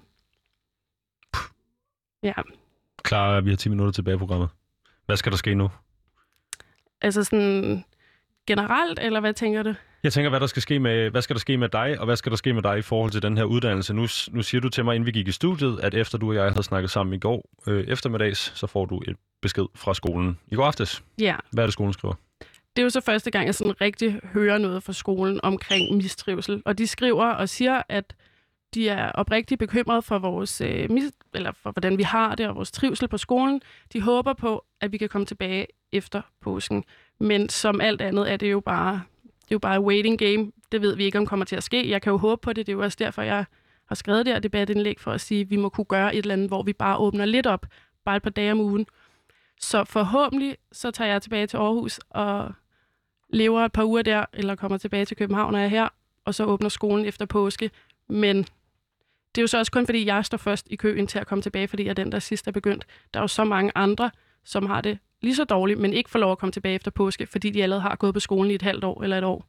Ja. Clara, vi har ti minutter tilbage i programmet. Hvad skal der ske nu? Altså sådan generelt, eller hvad tænker du? Jeg tænker, hvad der skal ske med, hvad skal der ske med dig, og hvad skal der ske med dig i forhold til den her uddannelse? Nu, nu siger du til mig, inden vi gik i studiet, at efter du og jeg havde snakket sammen i går øh, eftermiddags, så får du et besked fra skolen i går aftes. Ja. Hvad er det, skolen skriver? Det er jo så første gang, jeg sådan rigtig hører noget fra skolen omkring mistrivsel. Og de skriver og siger, at de er oprigtigt bekymrede for vores, øh, mis- eller for hvordan vi har det og vores trivsel på skolen. De håber på, at vi kan komme tilbage efter påsken. Men som alt andet er det jo bare, det er jo bare waiting game. Det ved vi ikke, om kommer til at ske. Jeg kan jo håbe på det. Det er jo også derfor, jeg har skrevet det her debatindlæg for at sige, at vi må kunne gøre et eller andet, hvor vi bare åbner lidt op, bare et par dage om ugen. Så forhåbentlig så tager jeg tilbage til Aarhus og lever et par uger der, eller kommer tilbage til København, når jeg er her, og så åbner skolen efter påske. Men det er jo så også kun, fordi jeg står først i køen til at komme tilbage, fordi jeg er den, der sidst er begyndt. Der er jo så mange andre, som har det lige så dårligt, men ikke får lov at komme tilbage efter påske, fordi de allerede har gået på skolen i et halvt år eller et år.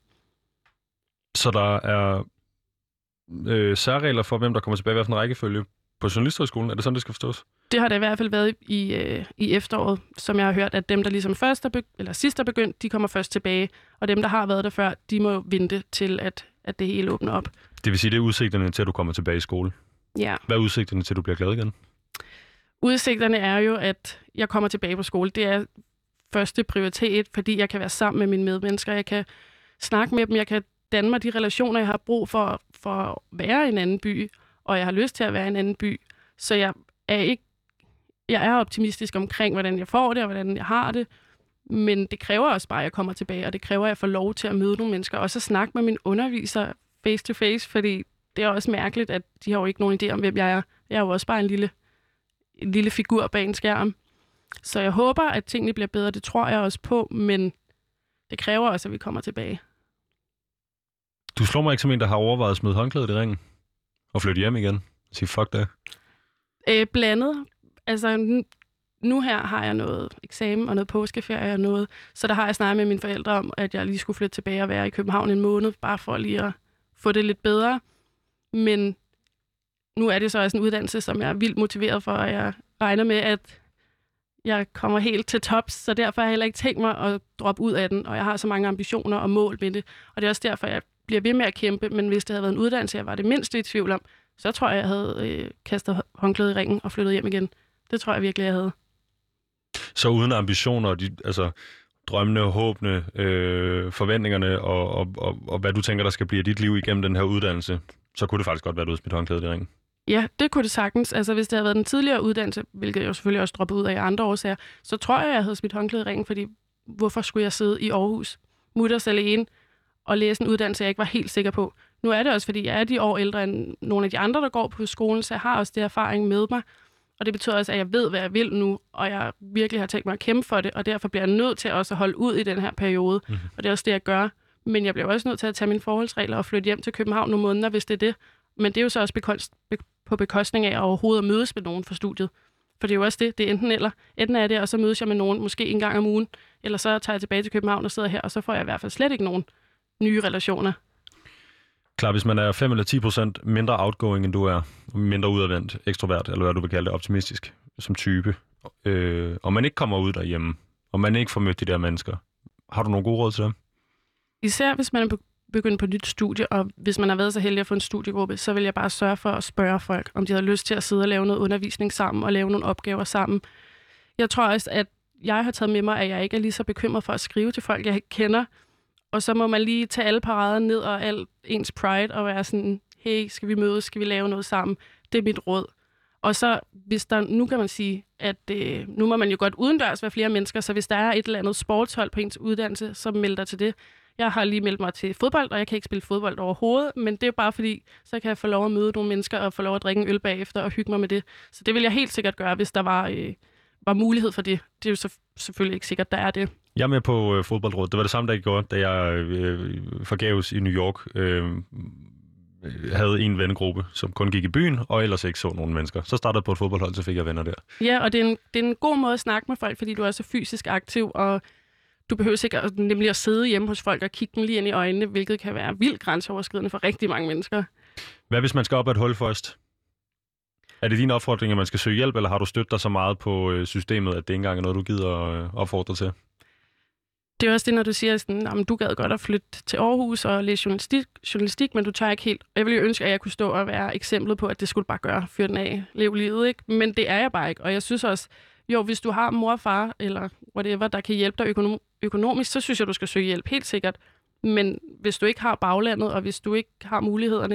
Så der er øh, særregler for, hvem der kommer tilbage i hvilken rækkefølge på Journalisthøjskolen? Er det sådan, det skal forstås? Det har det i hvert fald været i, øh, i efteråret, som jeg har hørt, at dem, der ligesom først er be- eller sidst er begyndt, de kommer først tilbage, og dem, der har været der før, de må vente til, at, at det hele åbner op. Det vil sige, det er udsigterne til, at du kommer tilbage i skole? Ja. Hvad er udsigterne til, at du bliver glad igen? Udsigterne er jo, at jeg kommer tilbage på skole. Det er første prioritet, fordi jeg kan være sammen med mine medmennesker, jeg kan snakke med dem, jeg kan danne mig de relationer, jeg har brug for, for at være i en anden by, og jeg har lyst til at være i en anden by. Så jeg er ikke, jeg er optimistisk omkring, hvordan jeg får det, og hvordan jeg har det. Men det kræver også bare, at jeg kommer tilbage, og det kræver, at jeg får lov til at møde nogle mennesker, og så snakke med mine undervisere face to face, fordi det er også mærkeligt, at de har jo ikke nogen idé om, hvem jeg er. Jeg er jo også bare en lille, en lille figur bag en skærm. Så jeg håber, at tingene bliver bedre. Det tror jeg også på, men det kræver også, at vi kommer tilbage. Du slår mig ikke som en, der har overvejet at smide håndklædet i ringen og flytte hjem igen. Sige fuck det. Øh, blandet. Altså, nu, nu her har jeg noget eksamen og noget påskeferie og noget, så der har jeg snakket med mine forældre om, at jeg lige skulle flytte tilbage og være i København en måned, bare for lige at få det lidt bedre. Men nu er det så også en uddannelse, som jeg er vildt motiveret for, og jeg regner med, at jeg kommer helt til tops, så derfor har jeg heller ikke tænkt mig at droppe ud af den, og jeg har så mange ambitioner og mål med det, og det er også derfor, jeg bliver ved med at kæmpe, men hvis det havde været en uddannelse, jeg var det mindste i tvivl om, så tror jeg, jeg havde øh, kastet håndklædet i ringen og flyttet hjem igen. Det tror jeg virkelig, jeg havde. Så uden ambitioner, de, altså drømmene, håbene, øh, forventningerne og, og, og, og hvad du tænker, der skal blive af dit liv igennem den her uddannelse, så kunne det faktisk godt være, at du havde smidt håndklædet i ringen. Ja, det kunne det sagtens. Altså, hvis det havde været den tidligere uddannelse, hvilket jeg jo selvfølgelig også droppede ud af i andre årsager, så tror jeg, jeg havde smidt håndklædet i ringen, fordi hvorfor skulle jeg sidde i Aarhus, mutters alene, og læse en uddannelse, jeg ikke var helt sikker på. Nu er det også, fordi jeg er de år ældre end nogle af de andre, der går på skolen, så jeg har også det erfaring med mig. Og det betyder også, at jeg ved, hvad jeg vil nu, og jeg virkelig har tænkt mig at kæmpe for det, og derfor bliver jeg nødt til også at holde ud i den her periode. Mm-hmm. Og det er også det, jeg gør. Men jeg bliver også nødt til at tage mine forholdsregler og flytte hjem til København nogle måneder, hvis det er det. Men det er jo så også bekost- be- på bekostning af at overhovedet at mødes med nogen fra studiet. For det er jo også det. Det er enten eller. Enten er det, og så mødes jeg med nogen, måske en gang om ugen, eller så tager jeg tilbage til København og sidder her, og så får jeg i hvert fald slet ikke nogen nye relationer. Klar, hvis man er fem eller ti procent mindre outgoing, end du er, mindre udadvendt, ekstrovert, eller hvad du vil kalde det, optimistisk som type, øh, og man ikke kommer ud derhjemme, og man ikke får mødt de der mennesker, har du nogle gode råd til dem? Især hvis man er begyndt på et nyt studie, og hvis man har været så heldig at få en studiegruppe, så vil jeg bare sørge for at spørge folk, om de har lyst til at sidde og lave noget undervisning sammen, og lave nogle opgaver sammen. Jeg tror også, at jeg har taget med mig, at jeg ikke er lige så bekymret for at skrive til folk, jeg ikke kender, og så må man lige tage alle parader ned og alt ens pride og være sådan, hey, skal vi mødes, skal vi lave noget sammen? Det er mit råd. Og så, hvis der, nu kan man sige, at øh, nu må man jo godt udendørs være flere mennesker, så hvis der er et eller andet sportshold på ens uddannelse, så meld dig til det. Jeg har lige meldt mig til fodbold, og jeg kan ikke spille fodbold overhovedet, men det er bare fordi, så kan jeg få lov at møde nogle mennesker og få lov at drikke en øl bagefter og hygge mig med det. Så det vil jeg helt sikkert gøre, hvis der var, øh, var mulighed for det. Det er jo så, selvfølgelig ikke sikkert, der er det. Jeg er med på øh, fodboldrådet. Det var det samme, der gjorde, da jeg øh, forgæves i New York øh, havde en vennegruppe, som kun gik i byen, og ellers ikke så nogen mennesker. Så startede jeg på et fodboldhold, så fik jeg venner der. Ja, og det er, en, det er en god måde at snakke med folk, fordi du er så fysisk aktiv, og du behøver ikke at, nemlig at sidde hjemme hos folk og kigge dem lige ind i øjnene, hvilket kan være vildt grænseoverskridende for rigtig mange mennesker. Hvad hvis man skal op ad et hul først? Er det din opfordring, at man skal søge hjælp, eller har du støttet dig så meget på systemet, at det ikke engang er noget, du gider opfordre til? Det er også det, når du siger, sådan, at du gad godt at flytte til Aarhus og læse journalistik, journalistik, men du tager ikke helt. Jeg ville jo ønske, at jeg kunne stå og være eksemplet på, at det skulle bare gøre, fyre den af, leve livet, ikke? Men det er jeg bare ikke, og jeg synes også, jo, hvis du har mor og far, eller whatever, der kan hjælpe dig økonom- økonomisk, så synes jeg, du skal søge hjælp, helt sikkert. Men hvis du ikke har baglandet, og hvis du ikke har mulighederne,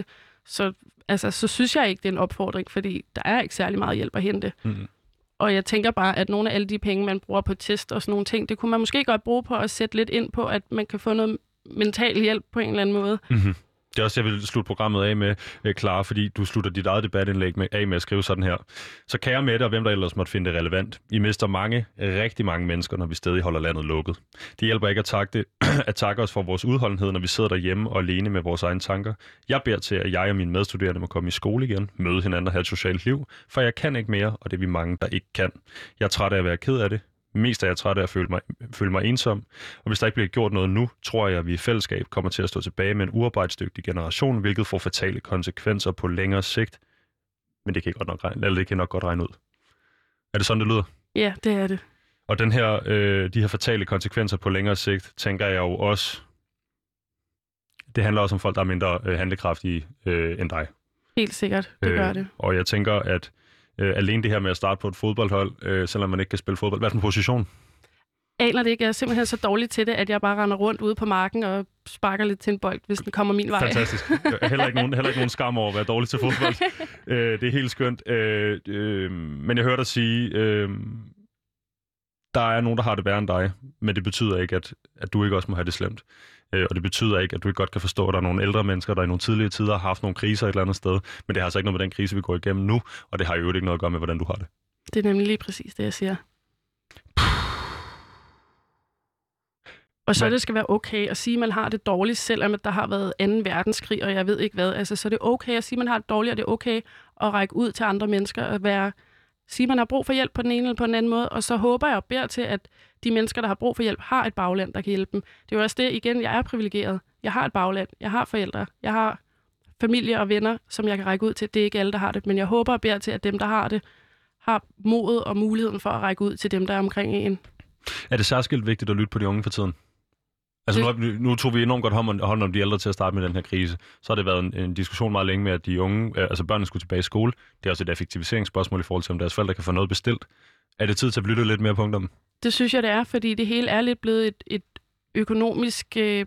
så, altså, så synes jeg ikke, det er en opfordring, fordi der er ikke særlig meget hjælp at hente. Mm. Og jeg tænker bare, at nogle af alle de penge, man bruger på test og sådan nogle ting, det kunne man måske godt bruge på at sætte lidt ind på, at man kan få noget mental hjælp på en eller anden måde. Mm-hmm. Det er også, jeg vil slutte programmet af med, Clara, fordi du slutter dit eget debatindlæg med, af med at skrive sådan her. Så kære Mette og hvem der ellers måtte finde det relevant. I mister mange, rigtig mange mennesker, når vi stadig holder landet lukket. Det hjælper ikke at takke, det, at takke os for vores udholdenhed, når vi sidder derhjemme og alene med vores egne tanker. Jeg beder til, at jeg og mine medstuderende må komme i skole igen, møde hinanden og have et socialt liv, for jeg kan ikke mere, og det er vi mange, der ikke kan. Jeg er træt af at være ked af det. Mest er jeg træt af at føle mig, føle mig ensom, og hvis der ikke bliver gjort noget nu, tror jeg, at vi i fællesskab kommer til at stå tilbage med en uarbejdsdygtig generation, hvilket får fatale konsekvenser på længere sigt. Men det kan I godt nok regne, eller det kan I nok godt regne ud. Er det sådan, det lyder? Ja, det er det. Og den her, øh, de her fatale konsekvenser på længere sigt, tænker jeg jo også, det handler også om folk, der er mindre øh, handlekraftige øh, end dig. Helt sikkert, det øh, gør det. Og jeg tænker, at Øh, alene det her med at starte på et fodboldhold, øh, selvom man ikke kan spille fodbold. Hvad er den position? Aner det ikke. Jeg er simpelthen så dårlig til det, at jeg bare render rundt ude på marken og sparker lidt til en bold, hvis den kommer min vej. Fantastisk. Heller ikke nogen, heller ikke nogen skam over at være dårlig til fodbold. øh, det er helt skønt. Øh, øh, men jeg hørte dig sige, øh, der er nogen, der har det værre end dig, men det betyder ikke, at, at du ikke også må have det slemt. Øh, og det betyder ikke, at du ikke godt kan forstå, at der er nogle ældre mennesker, der i nogle tidligere tider har haft nogle kriser et eller andet sted. Men det har altså ikke noget med den krise, vi går igennem nu, og det har jo ikke noget at gøre med, hvordan du har det. Det er nemlig lige præcis det, jeg siger. Og så Men... det skal være okay at sige, at man har det dårligt, selvom der har været anden verdenskrig, og jeg ved ikke hvad. Altså, så er det okay at sige, at man har det dårligt, og det er okay at række ud til andre mennesker og være... sige, at man har brug for hjælp på den ene eller på den anden måde, og så håber jeg og beder til, at de mennesker, der har brug for hjælp, har et bagland, der kan hjælpe dem. Det er jo også det, igen, jeg er privilegeret. Jeg har et bagland, jeg har forældre, jeg har familie og venner, som jeg kan række ud til. Det er ikke alle, der har det, men jeg håber og beder til, at dem, der har det, har modet og muligheden for at række ud til dem, der er omkring en. Er det særskilt vigtigt at lytte på de unge for tiden? Altså nu, nu tog vi enormt godt hånd, hånd om de ældre til at starte med den her krise. Så har det været en, en diskussion meget længe med, at de unge, altså børnene skulle tilbage i skole. Det er også et effektiviseringsspørgsmål i forhold til, om deres forældre kan få noget bestilt. Er det tid til at lytte lidt mere på ungdommen? Det synes jeg, det er, fordi det hele er lidt blevet et, et økonomisk... Øh,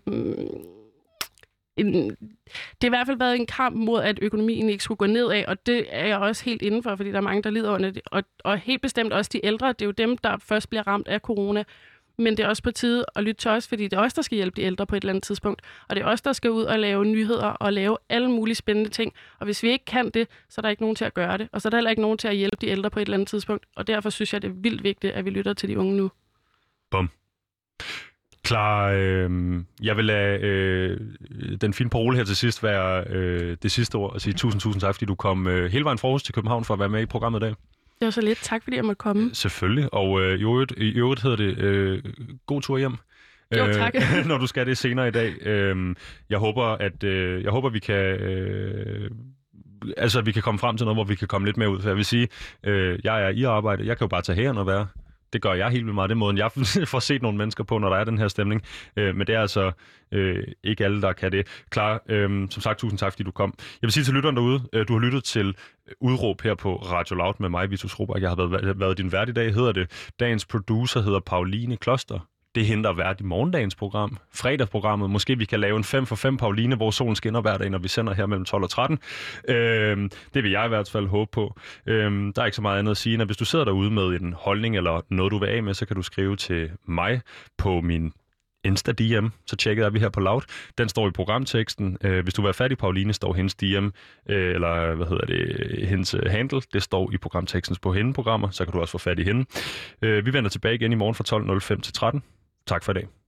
en, det har i hvert fald været en kamp mod, at økonomien ikke skulle gå nedad, og det er jeg også helt indenfor, fordi der er mange, der lider under det. Og, og helt bestemt også de ældre, det er jo dem, der først bliver ramt af corona. Men det er også på tide at lytte til os, fordi det er os, der skal hjælpe de ældre på et eller andet tidspunkt. Og det er os, der skal ud og lave nyheder og lave alle mulige spændende ting. Og hvis vi ikke kan det, så er der ikke nogen til at gøre det. Og så er der heller ikke nogen til at hjælpe de ældre på et eller andet tidspunkt. Og derfor synes jeg, det er vildt vigtigt, at vi lytter til de unge nu. Bum. Klar, øh, jeg vil lade øh, den fine parole her til sidst være øh, det sidste ord og sige tusind, tusind tak, fordi du kom øh, hele vejen fra Aarhus til København for at være med i programmet i dag. Det var så lidt. Tak, fordi jeg måtte komme. Selvfølgelig. Og øh, i, øvrigt, i øvrigt hedder det øh, god tur hjem. Jo, tak. Øh, når du skal det senere i dag. Øh, jeg håber, at øh, jeg håber, vi kan... Øh, altså, vi kan komme frem til noget, hvor vi kan komme lidt mere ud. For jeg vil sige, øh, jeg er i arbejde. Jeg kan jo bare tage herhen og være. Det gør jeg helt vildt meget. Det er måden, jeg får set nogle mennesker på, når der er den her stemning. Øh, men det er altså øh, ikke alle, der kan det. Klar, øh, som sagt, tusind tak, fordi du kom. Jeg vil sige til lytteren derude, øh, du har lyttet til Udråb her på Radio Loud med mig, Vitus Robak. Jeg har været, været din vært i dag, hedder det. Dagens producer hedder Pauline Kloster. Det er hende, der er vært i morgendagens program, fredagsprogrammet. Måske vi kan lave en fem for fem Pauline, hvor solen skinner hver dag, når vi sender her mellem tolv og tretten. Øhm, det vil jeg i hvert fald håbe på. Øhm, der er ikke så meget andet at sige, at hvis du sidder derude med en holdning eller noget, du vil af med, så kan du skrive til mig på min Insta-D M, så tjekker vi her på Loud. Den står i programteksten. Øh, hvis du vil have fat i Pauline, står hendes D M, øh, eller hvad hedder det, hendes handle, det står i programtekstens på hende-programmer, så kan du også få fat i hende. Øh, vi vender tilbage igen i morgen fra tolv nul fem til tretten. Tak for i dag.